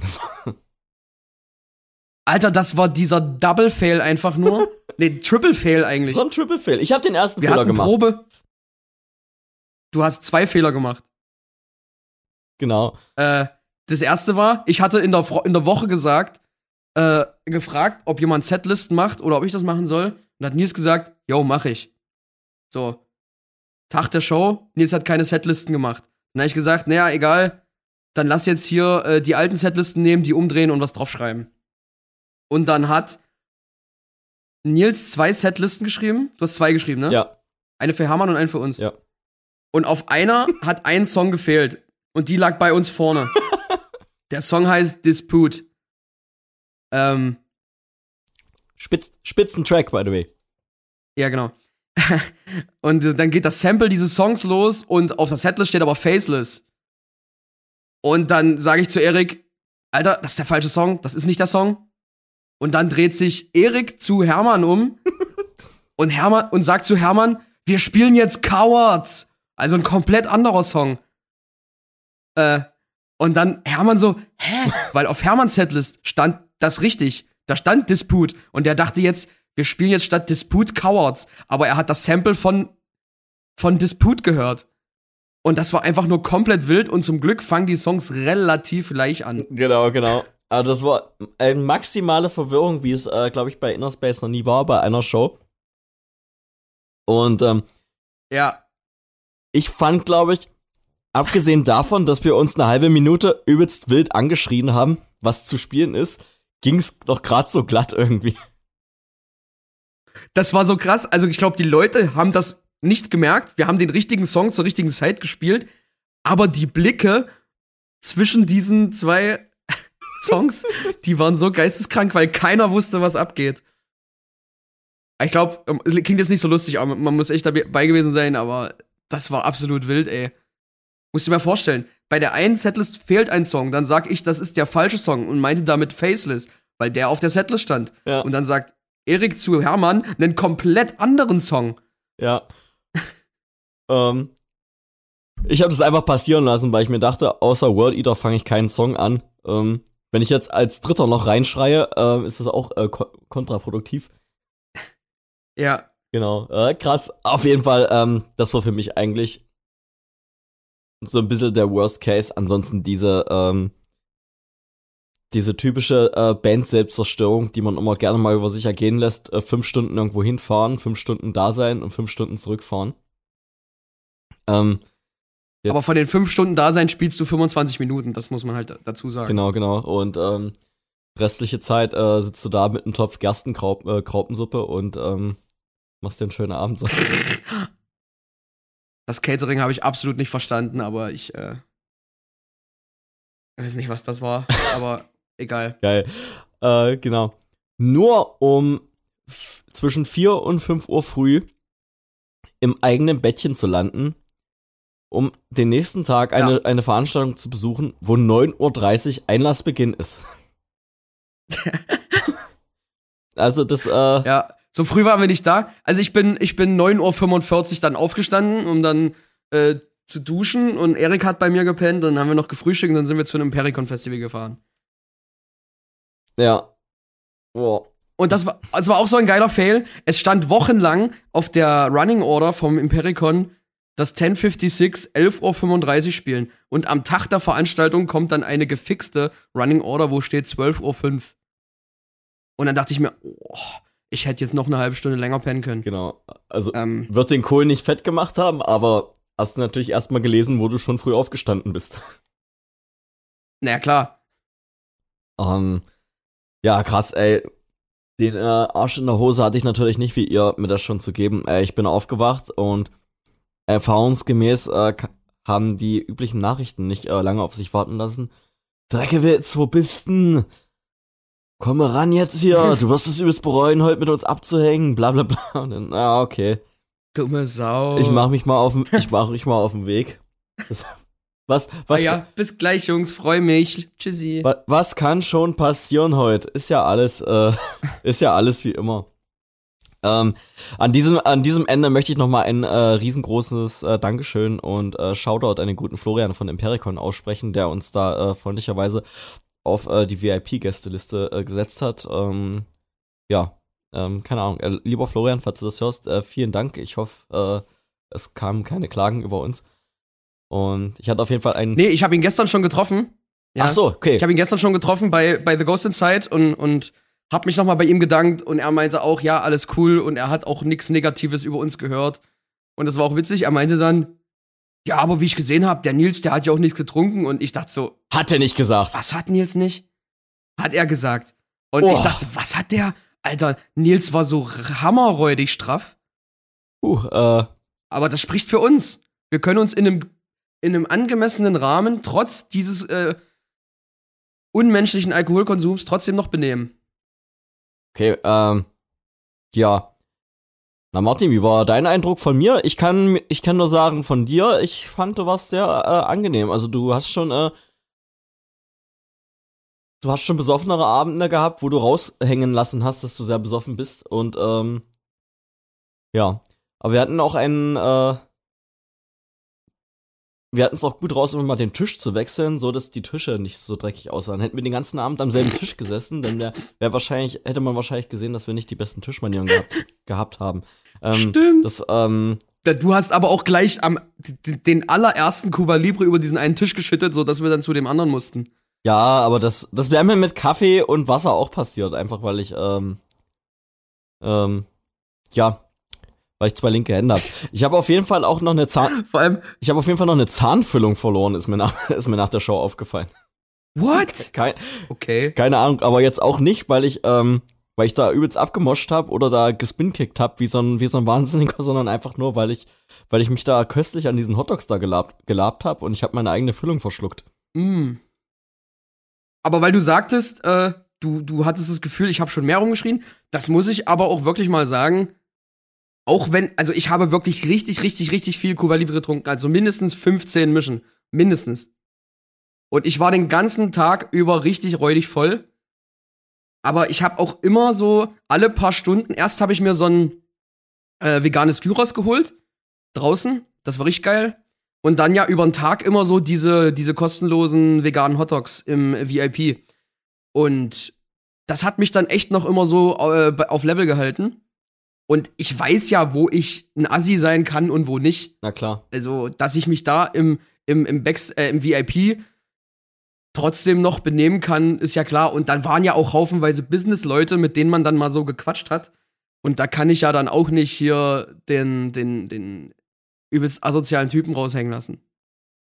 Alter, das war dieser Double Fail einfach nur. Nee, Triple Fail eigentlich. So ein Triple Fail. Ich habe den ersten Wir Fehler hatten gemacht. Probe. Du hast zwei Fehler gemacht. Genau. Äh, das erste war, ich hatte in der, Fro- in der Woche gesagt, äh, gefragt, ob jemand Setlisten macht oder ob ich das machen soll. Und hat Nils gesagt, yo, mach ich. So. Tag der Show, Nils hat keine Setlisten gemacht. Dann habe ich gesagt, naja, egal, dann lass jetzt hier äh, die alten Setlisten nehmen, die umdrehen und was draufschreiben. Und dann hat Nils zwei Setlisten geschrieben. Du hast zwei geschrieben, ne? Ja. Eine für Hermann und eine für uns. Ja. Und auf einer hat ein Song gefehlt. Und die lag bei uns vorne. Der Song heißt Dispute. Ähm, Spitz, Spitzentrack, by the way. ja, genau. Und äh, dann geht das Sample dieses Songs los und auf der Setlist steht aber Faceless. Und dann sage ich zu Erik, Alter, das ist der falsche Song, das ist nicht der Song. Und dann dreht sich Erik zu Hermann um und Hermann und sagt zu Hermann, wir spielen jetzt Cowards. Also ein komplett anderer Song. Äh, und dann Hermann so, hä? Weil auf Hermanns Setlist stand das richtig. Da stand Dispute. Und der dachte jetzt, wir spielen jetzt statt Dispute Cowards. Aber er hat das Sample von, von Dispute gehört. Und das war einfach nur komplett wild. Und zum Glück fangen die Songs relativ gleich an. Genau, genau. Aber das war eine maximale Verwirrung, wie es, äh, glaube ich, bei Inner Space noch nie war, bei einer Show. Und ähm, Ja. ich fand, glaube ich, abgesehen davon, dass wir uns eine halbe Minute übelst wild angeschrien haben, was zu spielen ist, ging es doch gerade so glatt irgendwie. Das war so krass. Also ich glaube, die Leute haben das nicht gemerkt. Wir haben den richtigen Song zur richtigen Zeit gespielt. Aber die Blicke zwischen diesen zwei Songs, die waren so geisteskrank, weil keiner wusste, was abgeht. Ich glaube, es klingt jetzt nicht so lustig, aber man muss echt dabei gewesen sein, aber das war absolut wild, ey. Musst du dir mal vorstellen, bei der einen Setlist fehlt ein Song, dann sag ich, das ist der falsche Song und meinte damit Faceless, weil der auf der Setlist stand. Ja. Und dann sagt Erik zu Hermann einen komplett anderen Song. Ja. ähm, ich habe das einfach passieren lassen, weil ich mir dachte, außer World Eater fange ich keinen Song an. Ähm, wenn ich jetzt als Dritter noch reinschreie, äh, ist das auch äh, ko- kontraproduktiv. Ja. Genau, äh, krass. Auf jeden Fall, ähm, das war für mich eigentlich so ein bisschen der Worst Case. Ansonsten diese, ähm, diese typische äh, Band-Selbstzerstörung, die man immer gerne mal über sich ergehen lässt. Äh, fünf Stunden irgendwo hinfahren, fünf Stunden da sein und fünf Stunden zurückfahren. Ähm, Ja. Aber von den fünf Stunden Dasein spielst du fünfundzwanzig Minuten, das muss man halt dazu sagen. Genau, genau. Und ähm, restliche Zeit äh, sitzt du da mit einem Topf Gerstengraupensuppe äh, und ähm, machst dir einen schönen Abend. So. Das Catering habe ich absolut nicht verstanden, aber ich äh, weiß nicht, was das war, aber egal. Geil. Äh, genau. Nur um f- zwischen vier und fünf Uhr früh im eigenen Bettchen zu landen, um den nächsten Tag eine, Ja. eine Veranstaltung zu besuchen, wo neun Uhr dreißig Einlassbeginn ist. Also das, äh, Ja, so früh waren wir nicht da. Also ich bin, ich bin neun Uhr fünfundvierzig dann aufgestanden, um dann äh, zu duschen und Erik hat bei mir gepennt, dann haben wir noch gefrühstückt und dann sind wir zu einem Pericon-Festival gefahren. ja. Boah. Und das war, das war auch so ein geiler Fail. Es stand wochenlang auf der Running Order vom Impericon das zehn fünfundsechzig, elf Uhr fünfunddreißig spielen. Und am Tag der Veranstaltung kommt dann eine gefixte Running Order, wo steht zwölf Uhr fünf. Und dann dachte ich mir, oh, ich hätte jetzt noch eine halbe Stunde länger pennen können. Genau. Also Ähm, wird den Kohl nicht fett gemacht haben, aber hast du natürlich erstmal gelesen, wo du schon früh aufgestanden bist. naja, klar. Ähm, ja, krass, ey. Den äh, Arsch in der Hose hatte ich natürlich nicht, wie ihr mir das schon zu geben. Äh, ich bin aufgewacht und erfahrungsgemäß äh, k- haben die üblichen Nachrichten nicht äh, lange auf sich warten lassen. Dreckewitz, wo bist denn? Komm mal ran jetzt hier, du wirst es übelst bereuen, heute mit uns abzuhängen, bla bla bla. Und dann, ah, okay. Dumme Sau. Ich mach mich mal auf den, ich mach mich mal auf den Weg. Das, was, was, ah ja, bis gleich, Jungs, freu mich. Tschüssi. wa- was kann schon passieren heute? Ist ja alles, äh, ist ja alles wie immer. Ähm, an diesem, an diesem Ende möchte ich nochmal ein äh, riesengroßes äh, Dankeschön und äh, Shoutout an den guten Florian von Impericon aussprechen, der uns da äh, freundlicherweise auf äh, die V I P-Gästeliste äh, gesetzt hat. Ähm, ja, ähm, keine Ahnung. Äh, lieber Florian, falls du das hörst, äh, vielen Dank. Ich hoffe, äh, es kamen keine Klagen über uns. Und ich hatte auf jeden Fall einen. Nee, ich habe ihn gestern schon getroffen. Ja. Ach so, okay. Ich habe ihn gestern schon getroffen bei, bei The Ghost Inside und, und hab mich nochmal bei ihm gedankt und er meinte auch, ja, alles cool und er hat auch nichts Negatives über uns gehört. Und das war auch witzig. Er meinte dann, ja, aber wie ich gesehen habe, der Nils, der hat ja auch nichts getrunken und ich dachte so, Hat er nicht gesagt. was hat Nils nicht? Hat er gesagt. Und Oh. ich dachte, was hat der? Alter, Nils war so hammerräudig straff. Uh, äh, Aber das spricht für uns. Wir können uns in einem, in einem angemessenen Rahmen, trotz dieses äh, unmenschlichen Alkoholkonsums, trotzdem noch benehmen. okay, ähm, ja. Na Martin, wie war dein Eindruck von mir? Ich kann, ich kann nur sagen, von dir, ich fand, du warst sehr äh, angenehm. Also du hast schon, äh, du hast schon besoffenere Abende gehabt, wo du raushängen lassen hast, dass du sehr besoffen bist. Und ähm, ja, aber wir hatten auch einen, äh, wir hatten es auch gut raus, immer mal den Tisch zu wechseln, so dass die Tische nicht so dreckig aussahen. Hätten wir den ganzen Abend am selben Tisch gesessen, dann wär, wär wahrscheinlich, hätte man wahrscheinlich gesehen, dass wir nicht die besten Tischmanieren gehabt, gehabt haben. Ähm, Stimmt. Das, ähm, Du hast aber auch gleich am, d- den allerersten Cuba Libre über diesen einen Tisch geschüttet, sodass wir dann zu dem anderen mussten. ja, aber das, das wäre mir mit Kaffee und Wasser auch passiert, einfach weil ich, ähm, ähm, ja, weil ich zwei linke Hände habe. Ich habe auf jeden Fall auch noch eine Zahn, Vor allem, ich habe auf jeden Fall noch eine Zahnfüllung verloren, ist mir nach, ist mir nach der Show aufgefallen. what? Kein, Okay. keine Ahnung, aber jetzt auch nicht, weil ich, ähm, weil ich da übelst abgemoscht habe oder da gespinkickt habe wie so ein, wie so ein Wahnsinniger, sondern einfach nur, weil ich, weil ich mich da köstlich an diesen Hotdogs da gelabt, gelabt habe und ich habe meine eigene Füllung verschluckt. Mm. Aber weil du sagtest, äh, du, du hattest das Gefühl, ich habe schon mehr rumgeschrien, das muss ich aber auch wirklich mal sagen. Auch wenn, also ich habe wirklich richtig, richtig, richtig viel Cuba Libre getrunken, also mindestens fünfzehn Mischen. Mindestens. Und ich war den ganzen Tag über richtig räudig voll. Aber ich habe auch immer so alle paar Stunden, erst habe ich mir so ein äh, veganes Gyros geholt, draußen, das war richtig geil. Und dann ja über den Tag immer so diese, diese kostenlosen veganen Hotdogs im V I P. Und das hat mich dann echt noch immer so äh, auf Level gehalten. Und ich weiß ja, wo ich ein Assi sein kann und wo nicht. Na klar. Also, dass ich mich da im, im, im, Backs äh, im V I P trotzdem noch benehmen kann, ist ja klar. Und dann waren ja auch haufenweise Business-Leute, mit denen man dann mal so gequatscht hat. Und da kann ich ja dann auch nicht hier den, den, den übelst asozialen Typen raushängen lassen.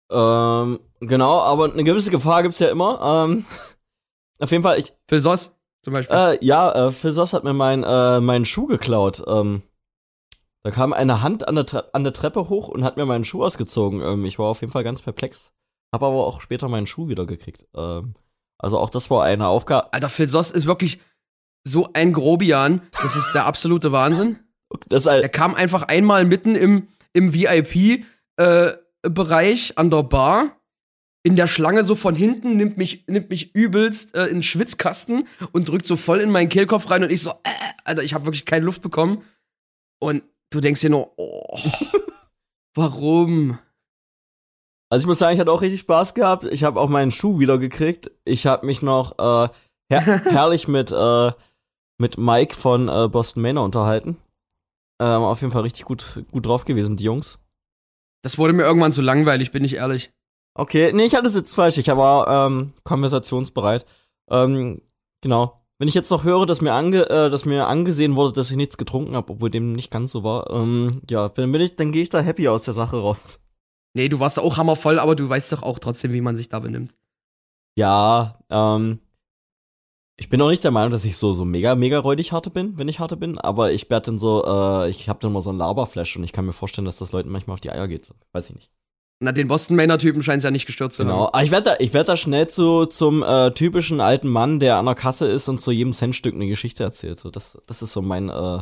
Ähm, genau, aber eine gewisse Gefahr gibt's ja immer. Ähm, auf jeden Fall, ich. Phil Soss zum Beispiel. Äh, ja, äh, Phil Soss hat mir mein, äh, meinen Schuh geklaut. Ähm, da kam eine Hand an der, Tre- an der Treppe hoch und hat mir meinen Schuh ausgezogen. Ähm, ich war auf jeden Fall ganz perplex. Hab aber auch später meinen Schuh wieder gekriegt. Ähm, also auch das war eine Aufgabe. Alter, Phil Soss ist wirklich so ein Grobian. Das ist der absolute Wahnsinn. Das ist Er halt, kam einfach einmal mitten im, im V I P-Bereich äh, an der Bar. In der Schlange so von hinten, nimmt mich, nimmt mich übelst äh, in den Schwitzkasten und drückt so voll in meinen Kehlkopf rein und ich so, äh, Alter, ich habe wirklich keine Luft bekommen. Und du denkst dir nur, oh, warum? also ich muss sagen, ich hatte auch richtig Spaß gehabt. Ich habe auch meinen Schuh wieder gekriegt. Ich habe mich noch äh, her- herrlich mit, äh, mit Mike von äh, Boston Manor unterhalten. Ähm, auf jeden Fall richtig gut, gut drauf gewesen, die Jungs. Das wurde mir irgendwann zu langweilig, bin ich ehrlich. Okay, nee, ich hatte es jetzt falsch. Ich war ähm, konversationsbereit. Ähm, genau. Wenn ich jetzt noch höre, dass mir, ange äh, dass mir angesehen wurde, dass ich nichts getrunken habe, obwohl dem nicht ganz so war, ähm, ja, dann bin ich, dann gehe ich da happy aus der Sache raus. Nee, du warst auch hammervoll, aber du weißt doch auch trotzdem, wie man sich da benimmt. Ja, ähm, ich bin auch nicht der Meinung, dass ich so, so mega, mega räudig harte bin, wenn ich harte bin, aber ich werde dann so, äh, ich habe dann mal so ein Laberflash und ich kann mir vorstellen, dass das Leuten manchmal auf die Eier geht. So. Weiß ich nicht. Na, den Boston-Mainer-Typen scheint es ja nicht gestört zu Genau, haben. aber ich werde da, ich werd da schnell zu, zum äh, typischen alten Mann, der an der Kasse ist und zu jedem Centstück eine Geschichte erzählt. So, das, das ist so mein, äh,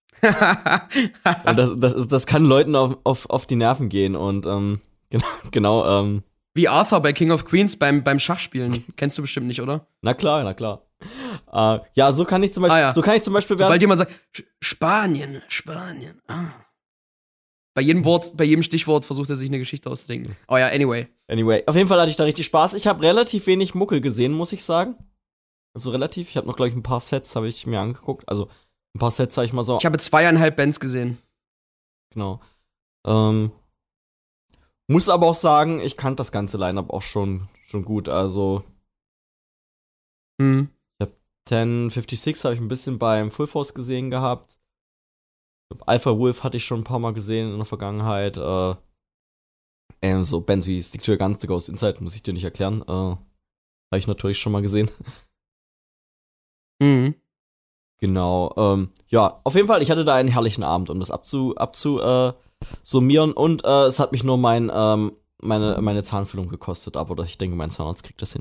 das, das, ist- das kann Leuten auf, auf, auf die Nerven gehen und ähm, genau, genau, ähm, Wie Arthur bei King of Queens beim, beim Schachspielen. Kennst du bestimmt nicht, oder? na klar, na klar. Äh, ja, so kann ich zum Beispiel, Ah, ja. so kann ich zum Beispiel Sobald werden. jemand sagt, Sch- Spanien, Spanien. Ah. Bei jedem Wort, bei jedem Stichwort versucht er sich eine Geschichte auszudenken. Oh ja, anyway. Anyway, auf jeden Fall hatte ich da richtig Spaß. Ich habe relativ wenig Mucke gesehen, muss ich sagen. Also relativ. Ich habe noch, glaube ich, ein paar Sets habe ich mir angeguckt. Also ein paar Sets habe ich mal so. Ich habe zweieinhalb Bands gesehen. Genau. Ähm, muss aber auch sagen, ich kannte das ganze Line-Up auch schon, schon gut. Also Hm. zehn fünfundsechzig habe ich ein bisschen beim Full Force gesehen gehabt. Alpha Wolf hatte ich schon ein paar Mal gesehen in der Vergangenheit. Äh, ähm, so Bands wie Stick to Your Guns, The Ghost Inside, muss ich dir nicht erklären. Äh, habe ich natürlich schon mal gesehen. Mhm. Genau. Ähm, ja, auf jeden Fall, ich hatte da einen herrlichen Abend, um das abzu, abzu äh, summieren. Und äh, es hat mich nur mein, ähm, meine, meine Zahnfüllung gekostet, aber ich denke, mein Zahnarzt kriegt das hin.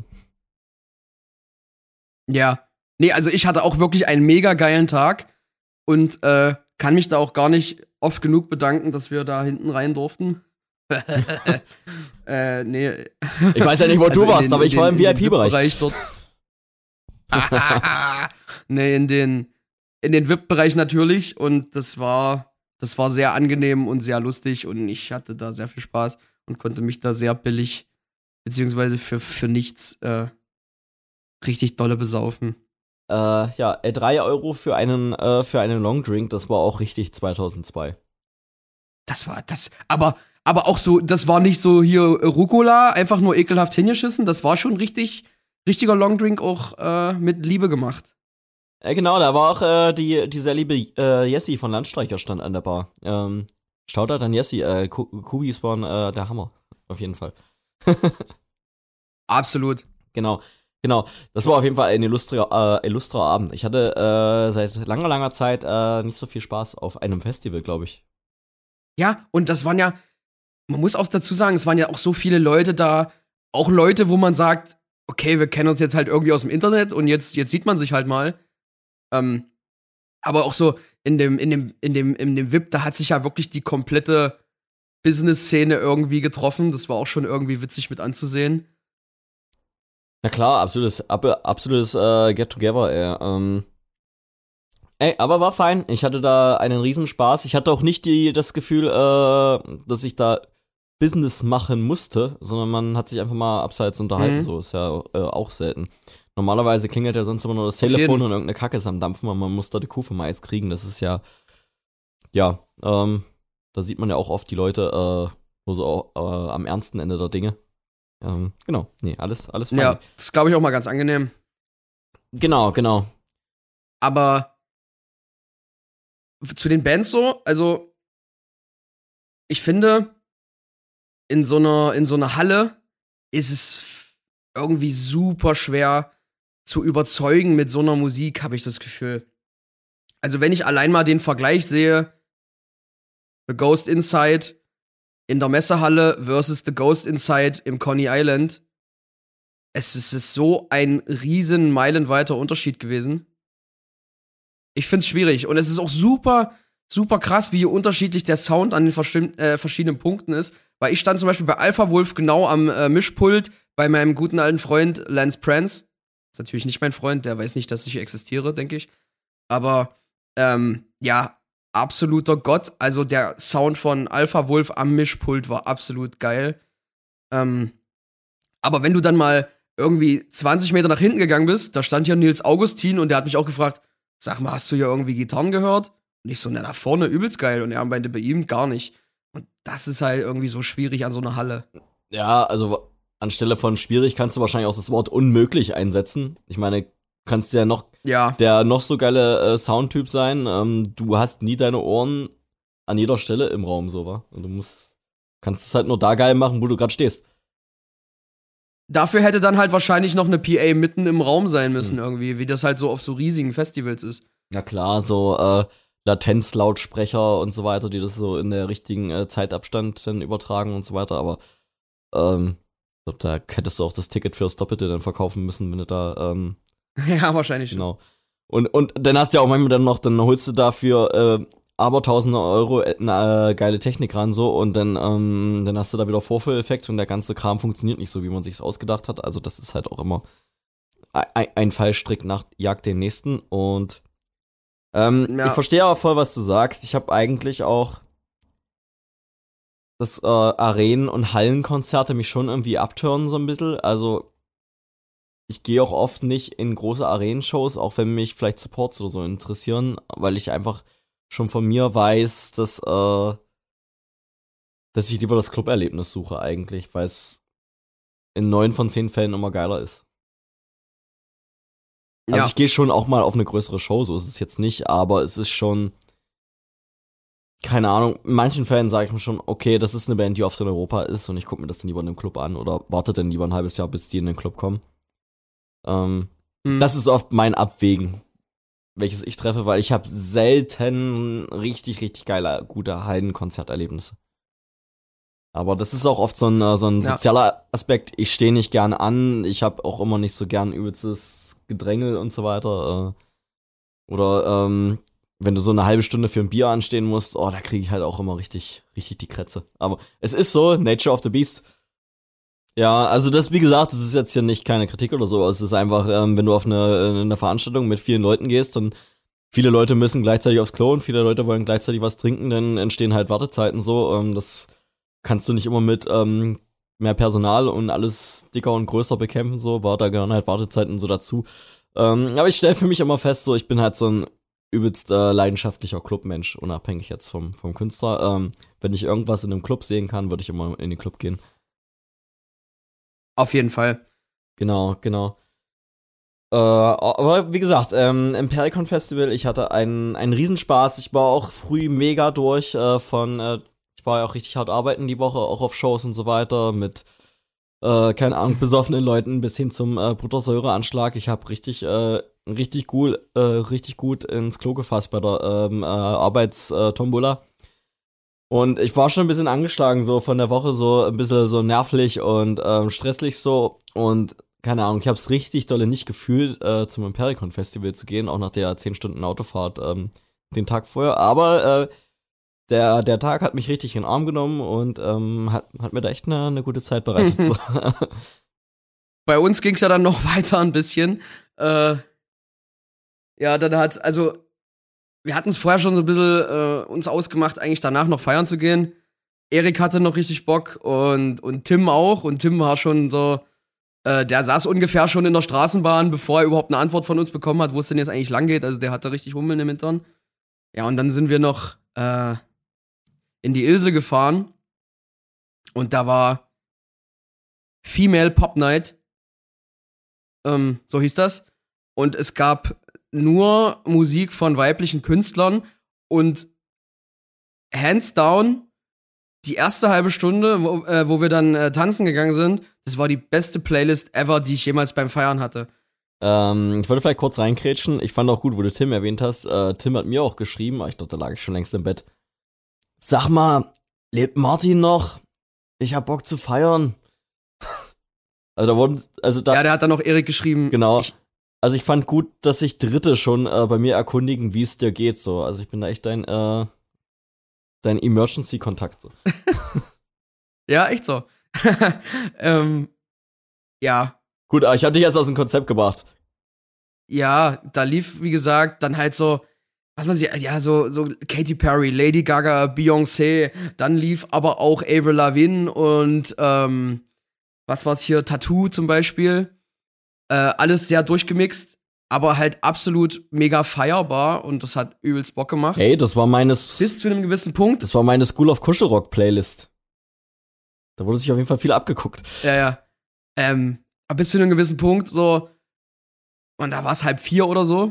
Ja. Nee, also ich hatte auch wirklich einen mega geilen Tag und äh, kann mich da auch gar nicht oft genug bedanken, dass wir da hinten rein durften. äh, nee. Ich weiß ja nicht, wo Also du in warst, den- aber in ich den- war im in den V I P-Bereich. V I P-Bereich dort. Nee, in den, in den V I P-Bereich natürlich und das war, das war sehr angenehm und sehr lustig und ich hatte da sehr viel Spaß und konnte mich da sehr billig, beziehungsweise für, für nichts äh, richtig dolle besaufen. Äh, ja, äh, drei Euro für einen, äh, für einen Longdrink, das war auch richtig zweitausendzwei. Das war das, aber, aber auch so, das war nicht so hier äh, Rucola, einfach nur ekelhaft hingeschissen, das war schon richtig, richtiger Longdrink auch äh, mit Liebe gemacht. Äh, genau, da war auch äh, die, die sehr liebe äh, Jessie von Landstreicher stand an der Bar. Ähm, Shoutout an Jessie, äh, Ku- Kubis waren äh, der Hammer. Auf jeden Fall. Absolut. Genau, genau. Das war auf jeden Fall ein illustrer, äh, illustrer Abend. Ich hatte äh, seit langer, langer Zeit äh, nicht so viel Spaß auf einem Festival, glaube ich. Ja, und das waren ja, man muss auch dazu sagen, es waren ja auch so viele Leute da, auch Leute, wo man sagt, okay, wir kennen uns jetzt halt irgendwie aus dem Internet und jetzt, jetzt sieht man sich halt mal. Ähm, aber auch so in dem, in dem, in dem, in dem V I P, da hat sich ja wirklich die komplette Business-Szene irgendwie getroffen. Das war auch schon irgendwie witzig mit anzusehen. Na klar, absolutes, ab, absolutes äh, Get-Together, ey. Ähm, ey, aber war fein. Ich hatte da einen Riesenspaß. Ich hatte auch nicht die, das Gefühl, äh, dass ich da Business machen musste, sondern man hat sich einfach mal abseits unterhalten. Mhm. So ist ja äh, auch selten. Normalerweise klingelt ja sonst immer nur das jeden. Telefon und irgendeine Kacke ist am Dampfen und man muss da die Kuh vom Eis kriegen. Das ist ja, ja, ähm, da sieht man ja auch oft die Leute äh, nur so äh, am ernsten Ende der Dinge. Ähm, genau, nee, alles, alles fein. Ja, das ist, glaube ich, auch mal ganz angenehm. Genau, genau. Aber zu den Bands so, also ich finde, in so einer, in so einer Halle ist es irgendwie super schwer zu überzeugen mit so einer Musik, habe ich das Gefühl. Also wenn ich allein mal den Vergleich sehe, The Ghost Inside in der Messehalle versus The Ghost Inside im Coney Island, es ist, es ist so ein riesen meilenweiter Unterschied gewesen. Ich find's schwierig. Und es ist auch super, super krass, wie unterschiedlich der Sound an den verstimm- äh, verschiedenen Punkten ist. Weil ich stand zum Beispiel bei Alpha Wolf genau am äh, Mischpult bei meinem guten alten Freund Lance Prance. Ist natürlich nicht mein Freund, der weiß nicht, dass ich existiere, denke ich. Aber, ähm, ja, absoluter Gott. Also der Sound von Alpha Wolf am Mischpult war absolut geil. Ähm, aber wenn du dann mal irgendwie zwanzig Meter nach hinten gegangen bist, da stand hier Nils Augustin und der hat mich auch gefragt, sag mal, hast du hier irgendwie Gitarren gehört? Und ich so, na, da vorne übelst geil. Und er meinte, bei ihm gar nicht. Und das ist halt irgendwie so schwierig an so einer Halle. Ja, also anstelle von schwierig kannst du wahrscheinlich auch das Wort unmöglich einsetzen. Ich meine, kannst ja noch Ja. der noch so geile äh, Soundtyp sein. Ähm, du hast nie deine Ohren an jeder Stelle im Raum, so, wa? Und du musst, kannst es halt nur da geil machen, wo du gerade stehst. Dafür hätte dann halt wahrscheinlich noch eine P A mitten im Raum sein müssen, Hm. irgendwie, wie das halt so auf so riesigen Festivals ist. Ja klar, so äh, Latenzlautsprecher und so weiter, die das so in der richtigen äh, Zeitabstand dann übertragen und so weiter, aber ähm, ich glaube, da hättest du auch das Ticket fürs Doppelte dann verkaufen müssen, wenn du da, ähm, Ja, wahrscheinlich schon. genau. Und, und dann hast du ja auch manchmal dann noch, dann holst du dafür äh, aber tausende Euro eine äh, geile Technik ran, so, und dann, ähm, dann hast du da wieder Vorführeffekt und der ganze Kram funktioniert nicht so, wie man sich's ausgedacht hat. Also das ist halt auch immer ein, ein Fallstrick nach jagt den nächsten. Und ähm, Ja. ich verstehe aber voll, was du sagst. Ich habe eigentlich auch das äh, Arenen- und Hallenkonzerte mich schon irgendwie abtören so ein bisschen. Also ich gehe auch oft nicht in große Arenenshows, auch wenn mich vielleicht Supports oder so interessieren, weil ich einfach schon von mir weiß, dass, äh, dass ich lieber das Club-Erlebnis suche eigentlich, weil es in neun von zehn Fällen immer geiler ist. Also Ja. ich gehe schon auch mal auf eine größere Show, so ist es jetzt nicht, aber es ist schon, keine Ahnung, in manchen Fällen sage ich mir schon, okay, das ist eine Band, die oft in Europa ist und ich gucke mir das dann lieber in einem Club an oder warte dann lieber ein halbes Jahr, bis die in den Club kommen. Ähm, Hm. Das ist oft mein Abwägen, welches ich treffe, weil ich habe selten richtig, richtig geile, gute Heidenkonzerterlebnisse. Aber das ist auch oft so ein, so ein Ja. sozialer Aspekt. Ich stehe nicht gern an, ich habe auch immer nicht so gern übelstes Gedrängel und so weiter. Äh, oder ähm, wenn du so eine halbe Stunde für ein Bier anstehen musst, oh, da kriege ich halt auch immer richtig, richtig die Krätze. Aber es ist so, Nature of the Beast. Ja, also das, wie gesagt, das ist jetzt hier nicht keine Kritik oder so, es ist einfach, ähm, wenn du auf eine, eine Veranstaltung mit vielen Leuten gehst und viele Leute müssen gleichzeitig aufs Klo und viele Leute wollen gleichzeitig was trinken, dann entstehen halt Wartezeiten so, ähm, das kannst du nicht immer mit ähm, mehr Personal und alles dicker und größer bekämpfen, so, war da gehören halt Wartezeiten so dazu. Ähm, aber ich stelle für mich immer fest, so, ich bin halt so ein übelst äh, leidenschaftlicher Clubmensch, unabhängig jetzt vom, vom Künstler. Ähm, wenn ich irgendwas in einem Club sehen kann, würde ich immer in den Club gehen. Auf jeden Fall. Genau, genau. Äh, aber wie gesagt, ähm, im Pericon Festival, ich hatte einen, einen Riesenspaß. Ich war auch früh mega durch äh, von, äh, ich war ja auch richtig hart arbeiten die Woche, auch auf Shows und so weiter, mit, äh, keine Ahnung, besoffenen Leuten bis hin zum äh, Buttersäureanschlag. Ich habe richtig, äh, richtig gut, äh, richtig gut ins Klo gefasst bei der ähm, äh, Arbeitstombola. Und ich war schon ein bisschen angeschlagen, so von der Woche, so ein bisschen so nervlich und ähm, stresslich so. Und keine Ahnung, ich habe es richtig dolle nicht gefühlt, äh, zum Impericon Festival zu gehen, auch nach der zehn Stunden Autofahrt ähm, den Tag vorher. Aber äh, der, der Tag hat mich richtig in den Arm genommen und ähm, hat, hat mir da echt eine, eine gute Zeit bereitet. So. Bei uns ging's ja dann noch weiter ein bisschen. Äh, ja, dann hat, also, wir hatten es vorher schon so ein bisschen äh, uns ausgemacht, eigentlich danach noch feiern zu gehen. Erik hatte noch richtig Bock und, und Tim auch. Und Tim war schon so, äh, der saß ungefähr schon in der Straßenbahn, bevor er überhaupt eine Antwort von uns bekommen hat, wo es denn jetzt eigentlich lang geht. Also der hatte richtig Hummeln im Hintern. Ja, und dann sind wir noch äh, in die Ilse gefahren. Und da war Female Pop Night. Ähm, so hieß das. Und es gab nur Musik von weiblichen Künstlern und hands down die erste halbe Stunde, wo, äh, wo wir dann äh, tanzen gegangen sind, das war die beste Playlist ever, die ich jemals beim Feiern hatte. Ähm, ich wollte vielleicht kurz reinkrätschen. Ich fand auch gut, wo du Tim erwähnt hast. Äh, Tim hat mir auch geschrieben, aber ich glaube, da lag ich schon längst im Bett. Sag mal, lebt Martin noch? Ich hab Bock zu feiern. Also da wurden, also da. Ja, der hat dann auch Erik geschrieben. Genau. Ich, also ich fand gut, dass sich Dritte schon äh, bei mir erkundigen, wie es dir geht, so. Also ich bin da echt dein, äh, dein Emergency-Kontakt, so. Ja, echt so. ähm, ja. Gut, aber ich hab dich erst aus dem Konzept gebracht. Ja, da lief, wie gesagt, dann halt so, was man sich, ja, so, so Katy Perry, Lady Gaga, Beyoncé, dann lief aber auch Avril Lavigne und, ähm, was war's hier, Tattoo zum Beispiel. Äh, alles sehr durchgemixt, aber halt absolut mega feierbar und das hat übelst Bock gemacht. Hey, das war meines. Bis zu einem gewissen Punkt. Das war meine School of Kuschelrock Playlist. Da wurde sich auf jeden Fall viel abgeguckt. Ja, ja. Ähm, aber bis zu einem gewissen Punkt, so, und da war es halb vier oder so,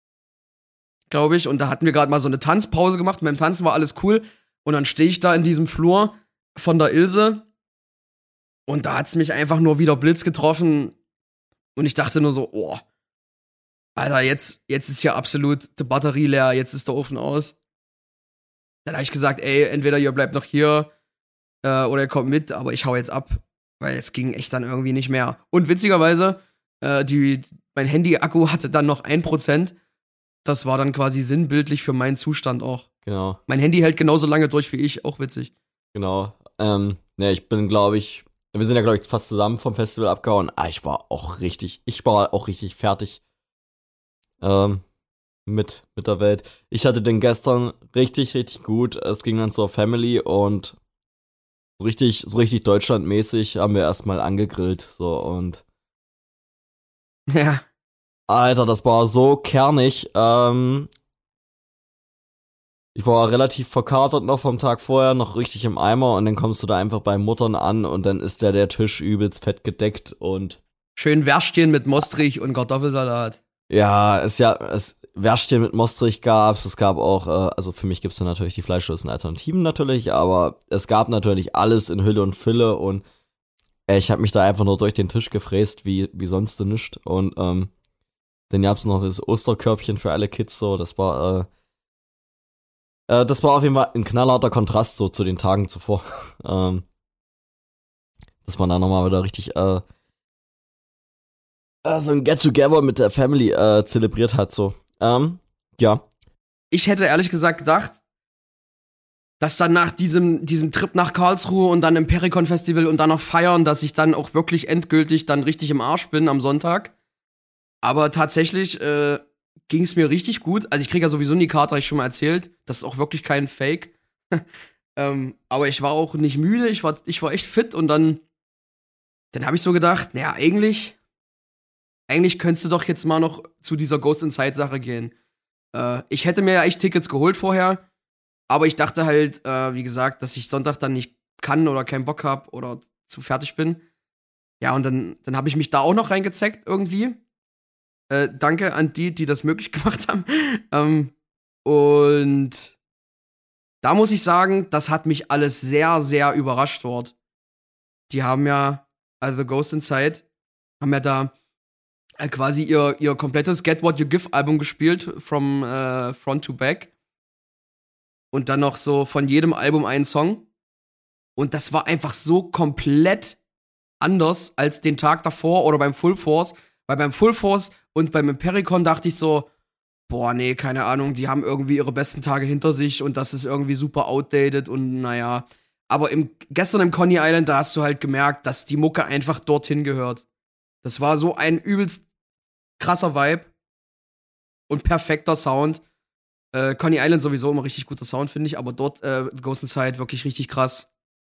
glaube ich, und da hatten wir gerade mal so eine Tanzpause gemacht, und beim Tanzen war alles cool, und dann stehe ich da in diesem Flur von der Ilse, und da hat's mich einfach nur wieder Blitz getroffen, und ich dachte nur so, oh, Alter, jetzt, jetzt ist hier absolut die Batterie leer, jetzt ist der Ofen aus. Dann habe ich gesagt, ey, entweder ihr bleibt noch hier, äh, oder ihr kommt mit, aber ich hau jetzt ab. Weil es ging echt dann irgendwie nicht mehr. Und witzigerweise, äh, die, mein Handy-Akku hatte dann noch ein Prozent. Das war dann quasi sinnbildlich für meinen Zustand auch. Genau. Mein Handy hält genauso lange durch wie ich, auch witzig. Genau. Ähm, ne, ich bin, glaube ich, wir sind ja, glaube ich, fast zusammen vom Festival abgehauen. Ah, ich war auch richtig, ich war auch richtig fertig. Ähm, mit, mit der Welt. Ich hatte den gestern richtig, richtig gut. Es ging dann zur Family und so richtig, so richtig deutschlandmäßig haben wir erstmal angegrillt, so, und Ja. Alter, das war so kernig. Ähm, ich war relativ verkatert noch vom Tag vorher, noch richtig im Eimer, und dann kommst du da einfach bei Muttern an und dann ist der, der Tisch übelst fett gedeckt und Schön Würstchen mit Mostrich und Kartoffelsalat. ja, es ja, es Würstchen mit Mostrich gab's, es gab auch, äh, also für mich gibt's dann natürlich die fleischlosen Alternativen natürlich, aber es gab natürlich alles in Hülle und Fülle und äh, ich habe mich da einfach nur durch den Tisch gefräst, wie wie sonst nichts, und ähm, dann gab's noch das Osterkörbchen für alle Kids, so, das war äh, äh, das war auf jeden Fall ein knallharter Kontrast so zu den Tagen zuvor, ähm, dass man da nochmal wieder richtig äh, äh, so ein Get-Together mit der Family äh, zelebriert hat, so. Ähm, ja. Ich hätte ehrlich gesagt gedacht, dass dann nach diesem, diesem Trip nach Karlsruhe und dann im Perikon-Festival und dann noch feiern, dass ich dann auch wirklich endgültig dann richtig im Arsch bin am Sonntag. Aber tatsächlich äh, ging es mir richtig gut. Also ich kriege ja sowieso nie Karte, habe ich schon mal erzählt. Das ist auch wirklich kein Fake. ähm, aber ich war auch nicht müde, ich war, ich war echt fit und dann, dann habe ich so gedacht, naja, eigentlich, eigentlich könntest du doch jetzt mal noch zu dieser Ghost Inside-Sache gehen. Äh, ich hätte mir ja echt Tickets geholt vorher, aber ich dachte halt, äh, wie gesagt, dass ich Sonntag dann nicht kann oder keinen Bock hab oder zu fertig bin. Ja, und dann, dann habe ich mich da auch noch reingezeckt irgendwie. Äh, danke an die, die das möglich gemacht haben. ähm, und da muss ich sagen, das hat mich alles sehr, sehr überrascht dort. Die haben ja, also Ghost Inside, haben ja da äh, quasi ihr, ihr komplettes Get What You Give Album gespielt, from äh, front to back. Und dann noch so von jedem Album einen Song. Und das war einfach so komplett anders als den Tag davor oder beim Full Force. Weil beim Full Force und beim Impericon dachte ich so, boah, nee, keine Ahnung, die haben irgendwie ihre besten Tage hinter sich und das ist irgendwie super outdated und naja. Aber im, gestern im Coney Island, da hast du halt gemerkt, dass die Mucke einfach dorthin gehört. Das war so ein übelst krasser Vibe und perfekter Sound. Äh, Coney Island sowieso immer richtig guter Sound, finde ich, aber dort äh, Ghost Inside wirklich richtig krass.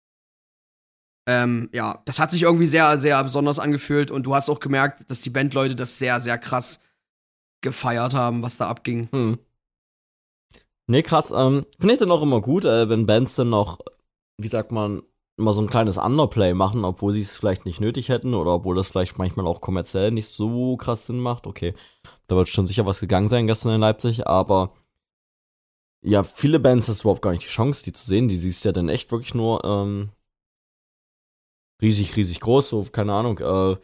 Ähm, ja, das hat sich irgendwie sehr, sehr besonders angefühlt und du hast auch gemerkt, dass die Bandleute das sehr, sehr krass gefeiert haben, was da abging. Hm. Nee, krass. Ähm, finde ich dann auch immer gut, äh, wenn Bands dann noch, wie sagt man, immer so ein kleines Underplay machen, obwohl sie es vielleicht nicht nötig hätten oder obwohl das vielleicht manchmal auch kommerziell nicht so krass Sinn macht. Okay, da wird schon sicher was gegangen sein gestern in Leipzig, aber ja, viele Bands hast du überhaupt gar nicht die Chance, die zu sehen. Die siehst du ja dann echt wirklich nur ähm, riesig, riesig groß, so, keine Ahnung. Äh,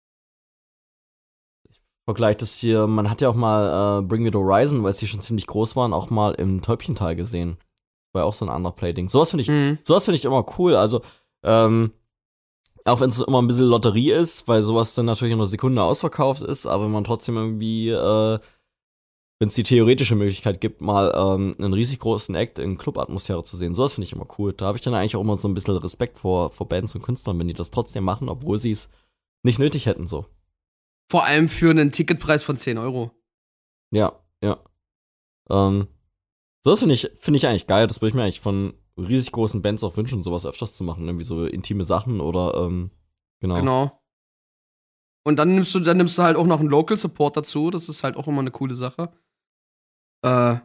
ich vergleiche das hier, man hat ja auch mal äh, Bring Me the Horizon, weil sie schon ziemlich groß waren, auch mal im Täubchental gesehen. War ja auch so ein Underplay-Ding. Sowas finde ich, Mhm. sowas finde ich immer cool. Also, ähm, auch wenn es immer ein bisschen Lotterie ist, weil sowas dann natürlich in einer Sekunde ausverkauft ist, aber wenn man trotzdem irgendwie, äh, wenn es die theoretische Möglichkeit gibt, mal ähm, einen riesig großen Act in Club-Atmosphäre zu sehen, sowas finde ich immer cool. Da habe ich dann eigentlich auch immer so ein bisschen Respekt vor, vor Bands und Künstlern, wenn die das trotzdem machen, obwohl sie es nicht nötig hätten, so. Vor allem für einen Ticketpreis von zehn Euro. Ja, ja. Ähm, sowas finde ich, finde ich eigentlich geil. Das würde ich mir eigentlich von riesig großen Bands auch wünschen, sowas öfters zu machen. Irgendwie so intime Sachen oder, ähm, genau. Genau. Und dann nimmst du, dann nimmst du halt auch noch einen Local Support dazu. Das ist halt auch immer eine coole Sache. Äh,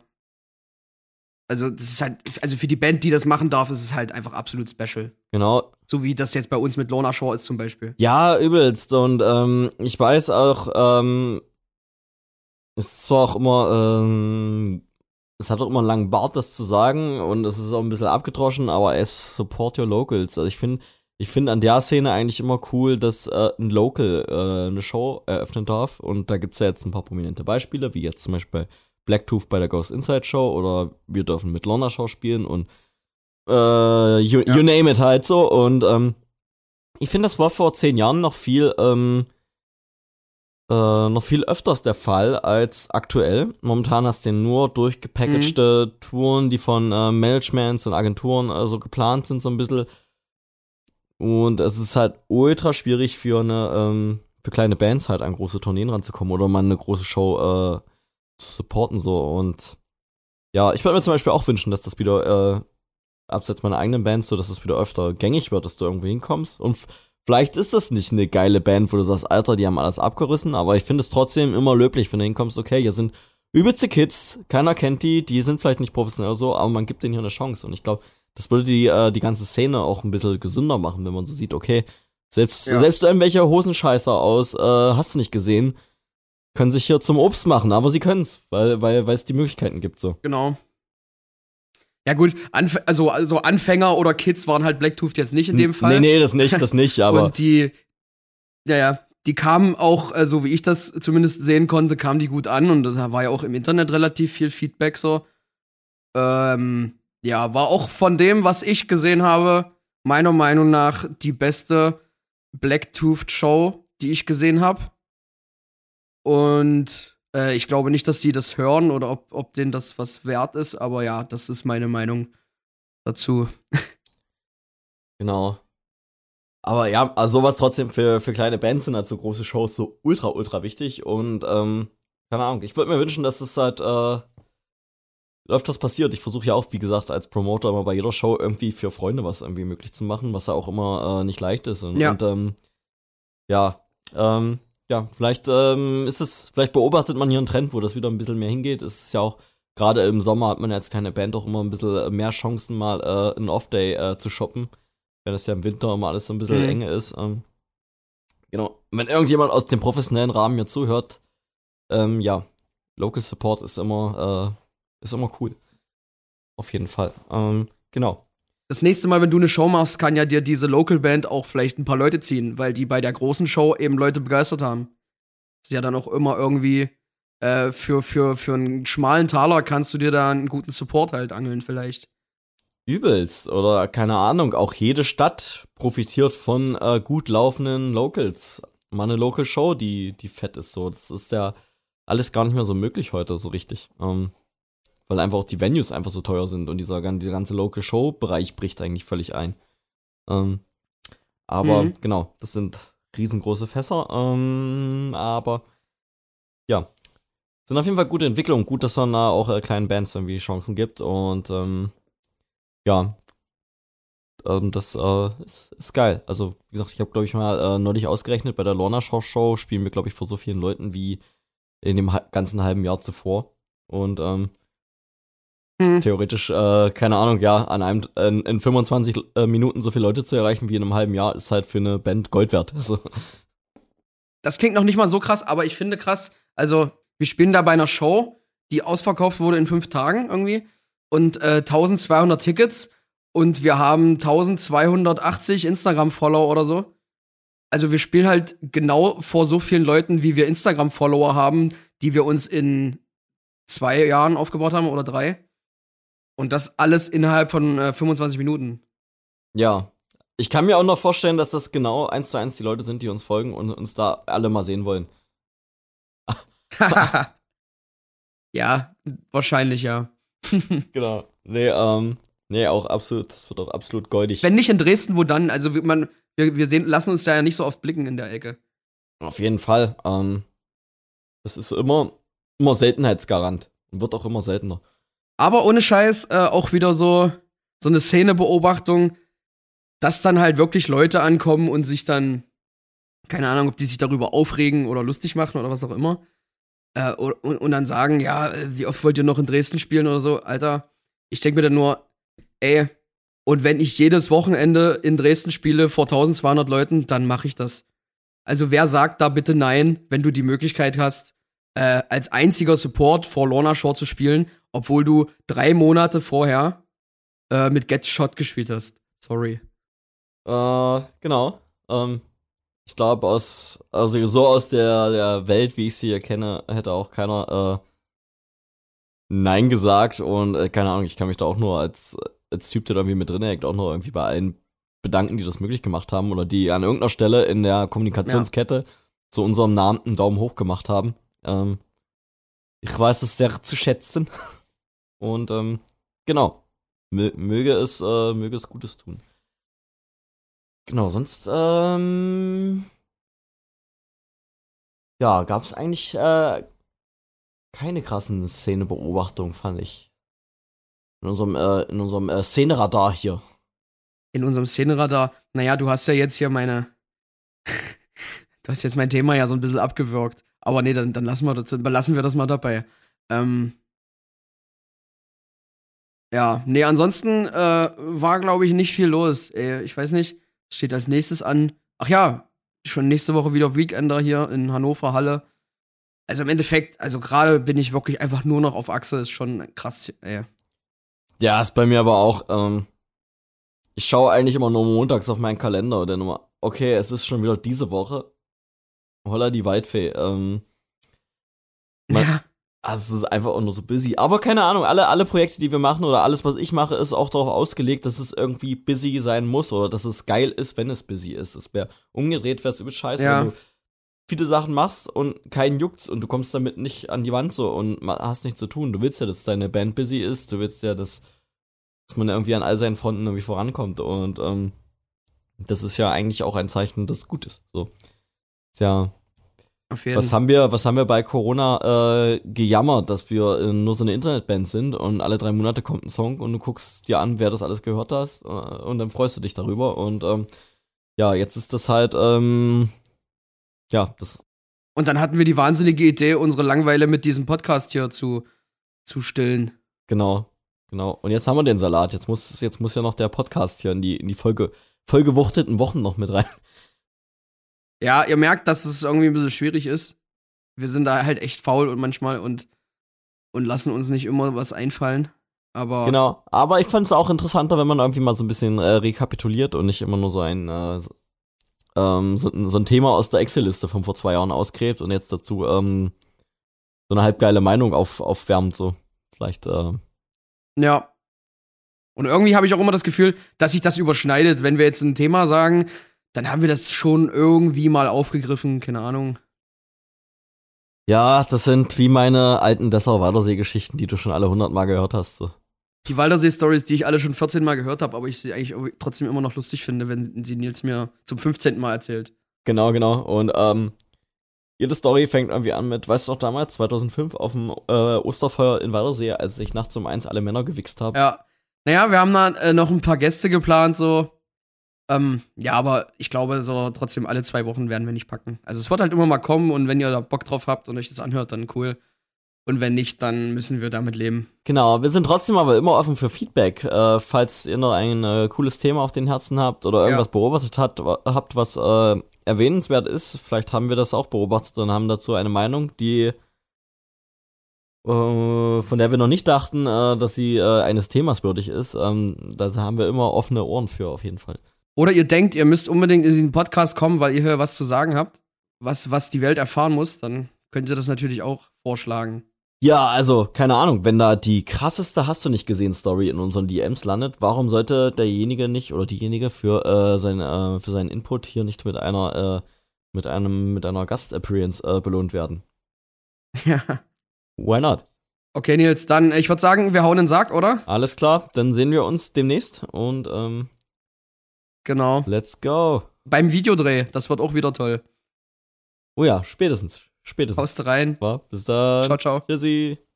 also, das ist halt, also für die Band, die das machen darf, ist es halt einfach absolut special. Genau. So wie das jetzt bei uns mit Lorna Shore ist zum Beispiel. Ja, übelst. Und ähm, ich weiß auch, ähm, es ist zwar auch immer, ähm, es hat auch immer einen langen Bart, das zu sagen, und es ist auch ein bisschen abgedroschen, aber es support your locals. Also ich finde, ich finde an der Szene eigentlich immer cool, dass äh, ein Local äh, eine Show eröffnen darf. Und da gibt's ja jetzt ein paar prominente Beispiele, wie jetzt zum Beispiel Blacktooth bei der Ghost Inside Show, oder wir dürfen mit Lorna Shore spielen und äh, you, Ja. you name it halt so. Und ähm, ich finde, das war vor zehn Jahren noch viel, ähm, äh, noch viel öfters der Fall als aktuell. Momentan hast du nur durchgepackagte mhm. Touren, die von äh, Managements und Agenturen äh, so geplant sind, so ein bisschen. Und es ist halt ultra schwierig für eine, ähm, für kleine Bands halt an große Tourneen ranzukommen oder mal eine große Show äh, zu supporten, so. Und ja, ich würde mir zum Beispiel auch wünschen, dass das wieder, äh, abseits meiner eigenen Bands, so, dass das wieder öfter gängig wird, dass du irgendwo hinkommst. Und f- vielleicht ist das nicht eine geile Band, wo du sagst, Alter, die haben alles abgerissen, aber ich finde es trotzdem immer löblich, wenn du hinkommst, okay, hier sind übelste Kids, keiner kennt die, die sind vielleicht nicht professionell oder so, aber man gibt denen hier eine Chance. Und ich glaube, das würde die, äh, die ganze Szene auch ein bisschen gesünder machen, wenn man so sieht, okay, selbst, Ja. selbst irgendwelche Hosenscheißer aus, äh, hast du nicht gesehen, können sich hier zum Obst machen, aber sie können's, weil, weil, weil es die Möglichkeiten gibt, so. Genau. Ja, gut, Anf also, also Anfänger oder Kids waren halt Blacktooth jetzt nicht in dem Fall. Nee, nee, das nicht, das nicht, aber. Und die, ja, ja, die kamen auch, äh, so wie ich das zumindest sehen konnte, kamen die gut an, und da war ja auch im Internet relativ viel Feedback so. Ähm, ja, war auch von dem, was ich gesehen habe, meiner Meinung nach die beste Blacktooth-Show, die ich gesehen habe. Und äh, ich glaube nicht, dass die das hören oder ob, ob denen das was wert ist, aber ja, das ist meine Meinung dazu. Genau. Aber ja, also sowas trotzdem für, für kleine Bands sind halt so große Shows so ultra, ultra wichtig. Und, ähm, keine Ahnung, ich würde mir wünschen, dass es halt, äh, öfters passiert. Ich versuche ja auch, wie gesagt, als Promoter immer bei jeder Show irgendwie für Freunde was irgendwie möglich zu machen, was ja auch immer äh, nicht leicht ist. Und Ja. und ähm, ja, ähm, ja, vielleicht ähm, ist es, vielleicht beobachtet man hier einen Trend, wo das wieder ein bisschen mehr hingeht. Es ist ja auch, gerade im Sommer hat man ja als kleine Band auch immer ein bisschen mehr Chancen, mal äh, einen Off-Day äh, zu shoppen, wenn das ja im Winter immer alles so ein bisschen Mhm. enge ist. Ähm, genau, wenn irgendjemand aus dem professionellen Rahmen mir zuhört, ähm, ja, Local Support ist immer, äh, ist immer cool. Auf jeden Fall. Ähm, genau. Das nächste Mal, wenn du eine Show machst, kann ja dir diese Local Band auch vielleicht ein paar Leute ziehen, weil die bei der großen Show eben Leute begeistert haben. Das ist ja dann auch immer irgendwie äh, für, für, für einen schmalen Taler kannst du dir da einen guten Support halt angeln vielleicht. Übelst. Oder keine Ahnung, auch jede Stadt profitiert von äh, gut laufenden Locals. Mal eine Local Show, die, die fett ist so. Das ist ja alles gar nicht mehr so möglich heute, so richtig. Ähm, weil einfach auch die Venues einfach so teuer sind und dieser, gan- dieser ganze Local Show-Bereich bricht eigentlich völlig ein. Ähm, aber Mhm. genau, das sind riesengroße Fässer. Ähm, aber ja, sind auf jeden Fall gute Entwicklungen. Gut, dass man da auch äh, kleinen Bands irgendwie Chancen gibt. Und ähm, ja, ähm, das äh, ist, ist geil. Also, wie gesagt, ich habe, glaube ich, mal äh, neulich ausgerechnet, bei der Lorna Shore Show spielen wir, glaube ich, vor so vielen Leuten wie in dem ha- ganzen halben Jahr zuvor. Und ähm, Mhm. theoretisch, äh, keine Ahnung, ja, an einem in, in fünfundzwanzig äh, Minuten so viele Leute zu erreichen wie in einem halben Jahr, ist halt für eine Band Gold wert. Also, Das klingt noch nicht mal so krass, aber ich finde krass, also wir spielen da bei einer Show, die ausverkauft wurde in fünf Tagen irgendwie. und äh, zwölfhundert Tickets und wir haben zwölfhundertachtzig Instagram-Follower oder so. Also wir spielen halt genau vor so vielen Leuten, wie wir Instagram-Follower haben, die wir uns in zwei Jahren aufgebaut haben oder drei. Und das alles innerhalb von äh, fünfundzwanzig Minuten. Ja. Ich kann mir auch noch vorstellen, dass das genau eins zu eins die Leute sind, die uns folgen und uns da alle mal sehen wollen. Ja, wahrscheinlich, ja. Genau. Nee, ähm, nee, auch absolut, das wird auch absolut goldig. Wenn nicht in Dresden, wo dann? Also wir- man, wir, wir sehen, lassen uns da ja nicht so oft blicken in der Ecke. Auf jeden Fall. Ähm, das ist immer, immer Seltenheitsgarant und wird auch immer seltener. Aber ohne Scheiß äh, auch wieder so, so eine Szenebeobachtung, dass dann halt wirklich Leute ankommen und sich dann, keine Ahnung, ob die sich darüber aufregen oder lustig machen oder was auch immer. Äh, und, und dann sagen, ja, äh, wie oft wollt ihr noch in Dresden spielen oder so? Alter, ich denke mir dann nur, ey, und wenn ich jedes Wochenende in Dresden spiele vor zwölfhundert Leuten, dann mache ich das. Also wer sagt da bitte nein, wenn du die Möglichkeit hast, äh, als einziger Support vor Lorna Shore zu spielen, obwohl du drei Monate vorher äh, mit Get Shot gespielt hast. Sorry. Äh, genau. Ähm, ich glaube, aus, also so aus der, der Welt, wie ich sie hier kenne, hätte auch keiner äh, Nein gesagt und äh, keine Ahnung, ich kann mich da auch nur als, als Typ, der da irgendwie mit drin hängt, auch nur irgendwie bei allen bedanken, die das möglich gemacht haben oder die an irgendeiner Stelle in der Kommunikationskette ja. zu unserem Namen einen Daumen hoch gemacht haben. Ähm, ich weiß es sehr zu schätzen. Und ähm, genau, Mö- möge es, äh, möge es Gutes tun. Genau, sonst, ähm, ja, gab es eigentlich äh, keine krassen Szenebeobachtungen, fand ich. In unserem, äh, in unserem äh, Szeneradar hier. In unserem Szeneradar, naja, du hast ja jetzt hier meine, du hast jetzt mein Thema ja so ein bisschen abgewürgt. Aber nee, dann, dann lassen, wir das, lassen wir das mal dabei. Ähm, ja, nee, ansonsten äh, war, glaube ich, nicht viel los. Ey, ich weiß nicht, was steht als nächstes an? Ach ja, schon nächste Woche wieder Weekender hier in Hannover Halle. Also im Endeffekt, also gerade bin ich wirklich einfach nur noch auf Achse, ist schon krass, ey. Ja, ist bei mir aber auch, ähm, ich schaue eigentlich immer nur montags auf meinen Kalender und dann immer, okay, es ist schon wieder diese Woche. Holla die Waldfee. Ähm, man, Ja. Also es ist einfach auch nur so busy. Aber keine Ahnung, alle, alle Projekte, die wir machen oder alles, was ich mache, ist auch darauf ausgelegt, dass es irgendwie busy sein muss oder dass es geil ist, wenn es busy ist. Es wäre umgedreht, wäre es übel scheiße, Ja. wenn du viele Sachen machst und keinen juckt's und du kommst damit nicht an die Wand so und hast nichts zu tun. Du willst ja, dass deine Band busy ist, du willst ja, dass, dass man irgendwie an all seinen Fronten irgendwie vorankommt und ähm, das ist ja eigentlich auch ein Zeichen, dass es gut ist. So. Tja. Auf jeden. Was haben wir, was haben wir bei Corona äh, gejammert, dass wir äh, nur so eine Internetband sind und alle drei Monate kommt ein Song und du guckst dir an, wer das alles gehört hast äh, und dann freust du dich darüber und ähm, ja, jetzt ist das halt, ähm, ja, das. Und dann hatten wir die wahnsinnige Idee, unsere Langeweile mit diesem Podcast hier zu, zu stillen. Genau, genau. Und jetzt haben wir den Salat. Jetzt muss, jetzt muss ja noch der Podcast hier in die, in die Folge, vollgewuchteten Wochen noch mit rein. Ja, ihr merkt, dass es irgendwie ein bisschen schwierig ist. Wir sind da halt echt faul und manchmal und, und lassen uns nicht immer was einfallen. Aber Genau, aber ich fand es auch interessanter, wenn man irgendwie mal so ein bisschen äh, rekapituliert und nicht immer nur so ein, äh, ähm, so, so ein Thema aus der Excel-Liste von vor zwei Jahren ausgräbt und jetzt dazu ähm, so eine halbgeile Meinung auf, aufwärmt, so. Vielleicht, äh, ja. Und irgendwie habe ich auch immer das Gefühl, dass sich das überschneidet. Wenn wir jetzt ein Thema sagen, dann haben wir das schon irgendwie mal aufgegriffen, keine Ahnung. ja, das sind wie meine alten Dessau-Waldersee-Geschichten, die du schon alle hundertmal gehört hast, so. Die Waldersee-Stories, die ich alle schon vierzehn Mal gehört habe, aber ich sie eigentlich trotzdem immer noch lustig finde, wenn sie Nils mir zum fünfzehnten Mal erzählt. Genau, genau. Und ähm, jede Story fängt irgendwie an mit, weißt du noch damals, zweitausendfünf auf dem äh, Osterfeuer in Waldersee, als ich nachts um eins alle Männer gewichst habe. Ja. Naja, wir haben da äh, noch ein paar Gäste geplant, so. Ähm, ja, aber ich glaube, so trotzdem alle zwei Wochen werden wir nicht packen. Also es wird halt immer mal kommen und wenn ihr da Bock drauf habt und euch das anhört, dann cool. Und wenn nicht, dann müssen wir damit leben. Genau, wir sind trotzdem aber immer offen für Feedback. Äh, falls ihr noch ein äh, cooles Thema auf den Herzen habt oder irgendwas Ja. beobachtet hat, habt, was äh, erwähnenswert ist, vielleicht haben wir das auch beobachtet und haben dazu eine Meinung, die äh, von der wir noch nicht dachten, äh, dass sie äh, eines Themas würdig ist. Ähm, da haben wir immer offene Ohren für, auf jeden Fall. Oder ihr denkt, ihr müsst unbedingt in diesen Podcast kommen, weil ihr hier was zu sagen habt, was, was die Welt erfahren muss, dann könnt ihr das natürlich auch vorschlagen. Ja, also, keine Ahnung, wenn da die krasseste Hast du nicht gesehen Story in unseren D Ms landet, warum sollte derjenige nicht oder diejenige für, äh, sein, äh, für seinen Input hier nicht mit einer, äh, mit einem, mit einer Gast-Appearance äh, belohnt werden? Ja. Why not? Okay, Nils, dann, ich würde sagen, wir hauen den Sack, oder? Alles klar, dann sehen wir uns demnächst und, ähm, genau. Let's go. Beim Videodreh, das wird auch wieder toll. Oh ja, spätestens. Spätestens. Haust rein. Bis dann. Ciao, ciao. Tschüssi.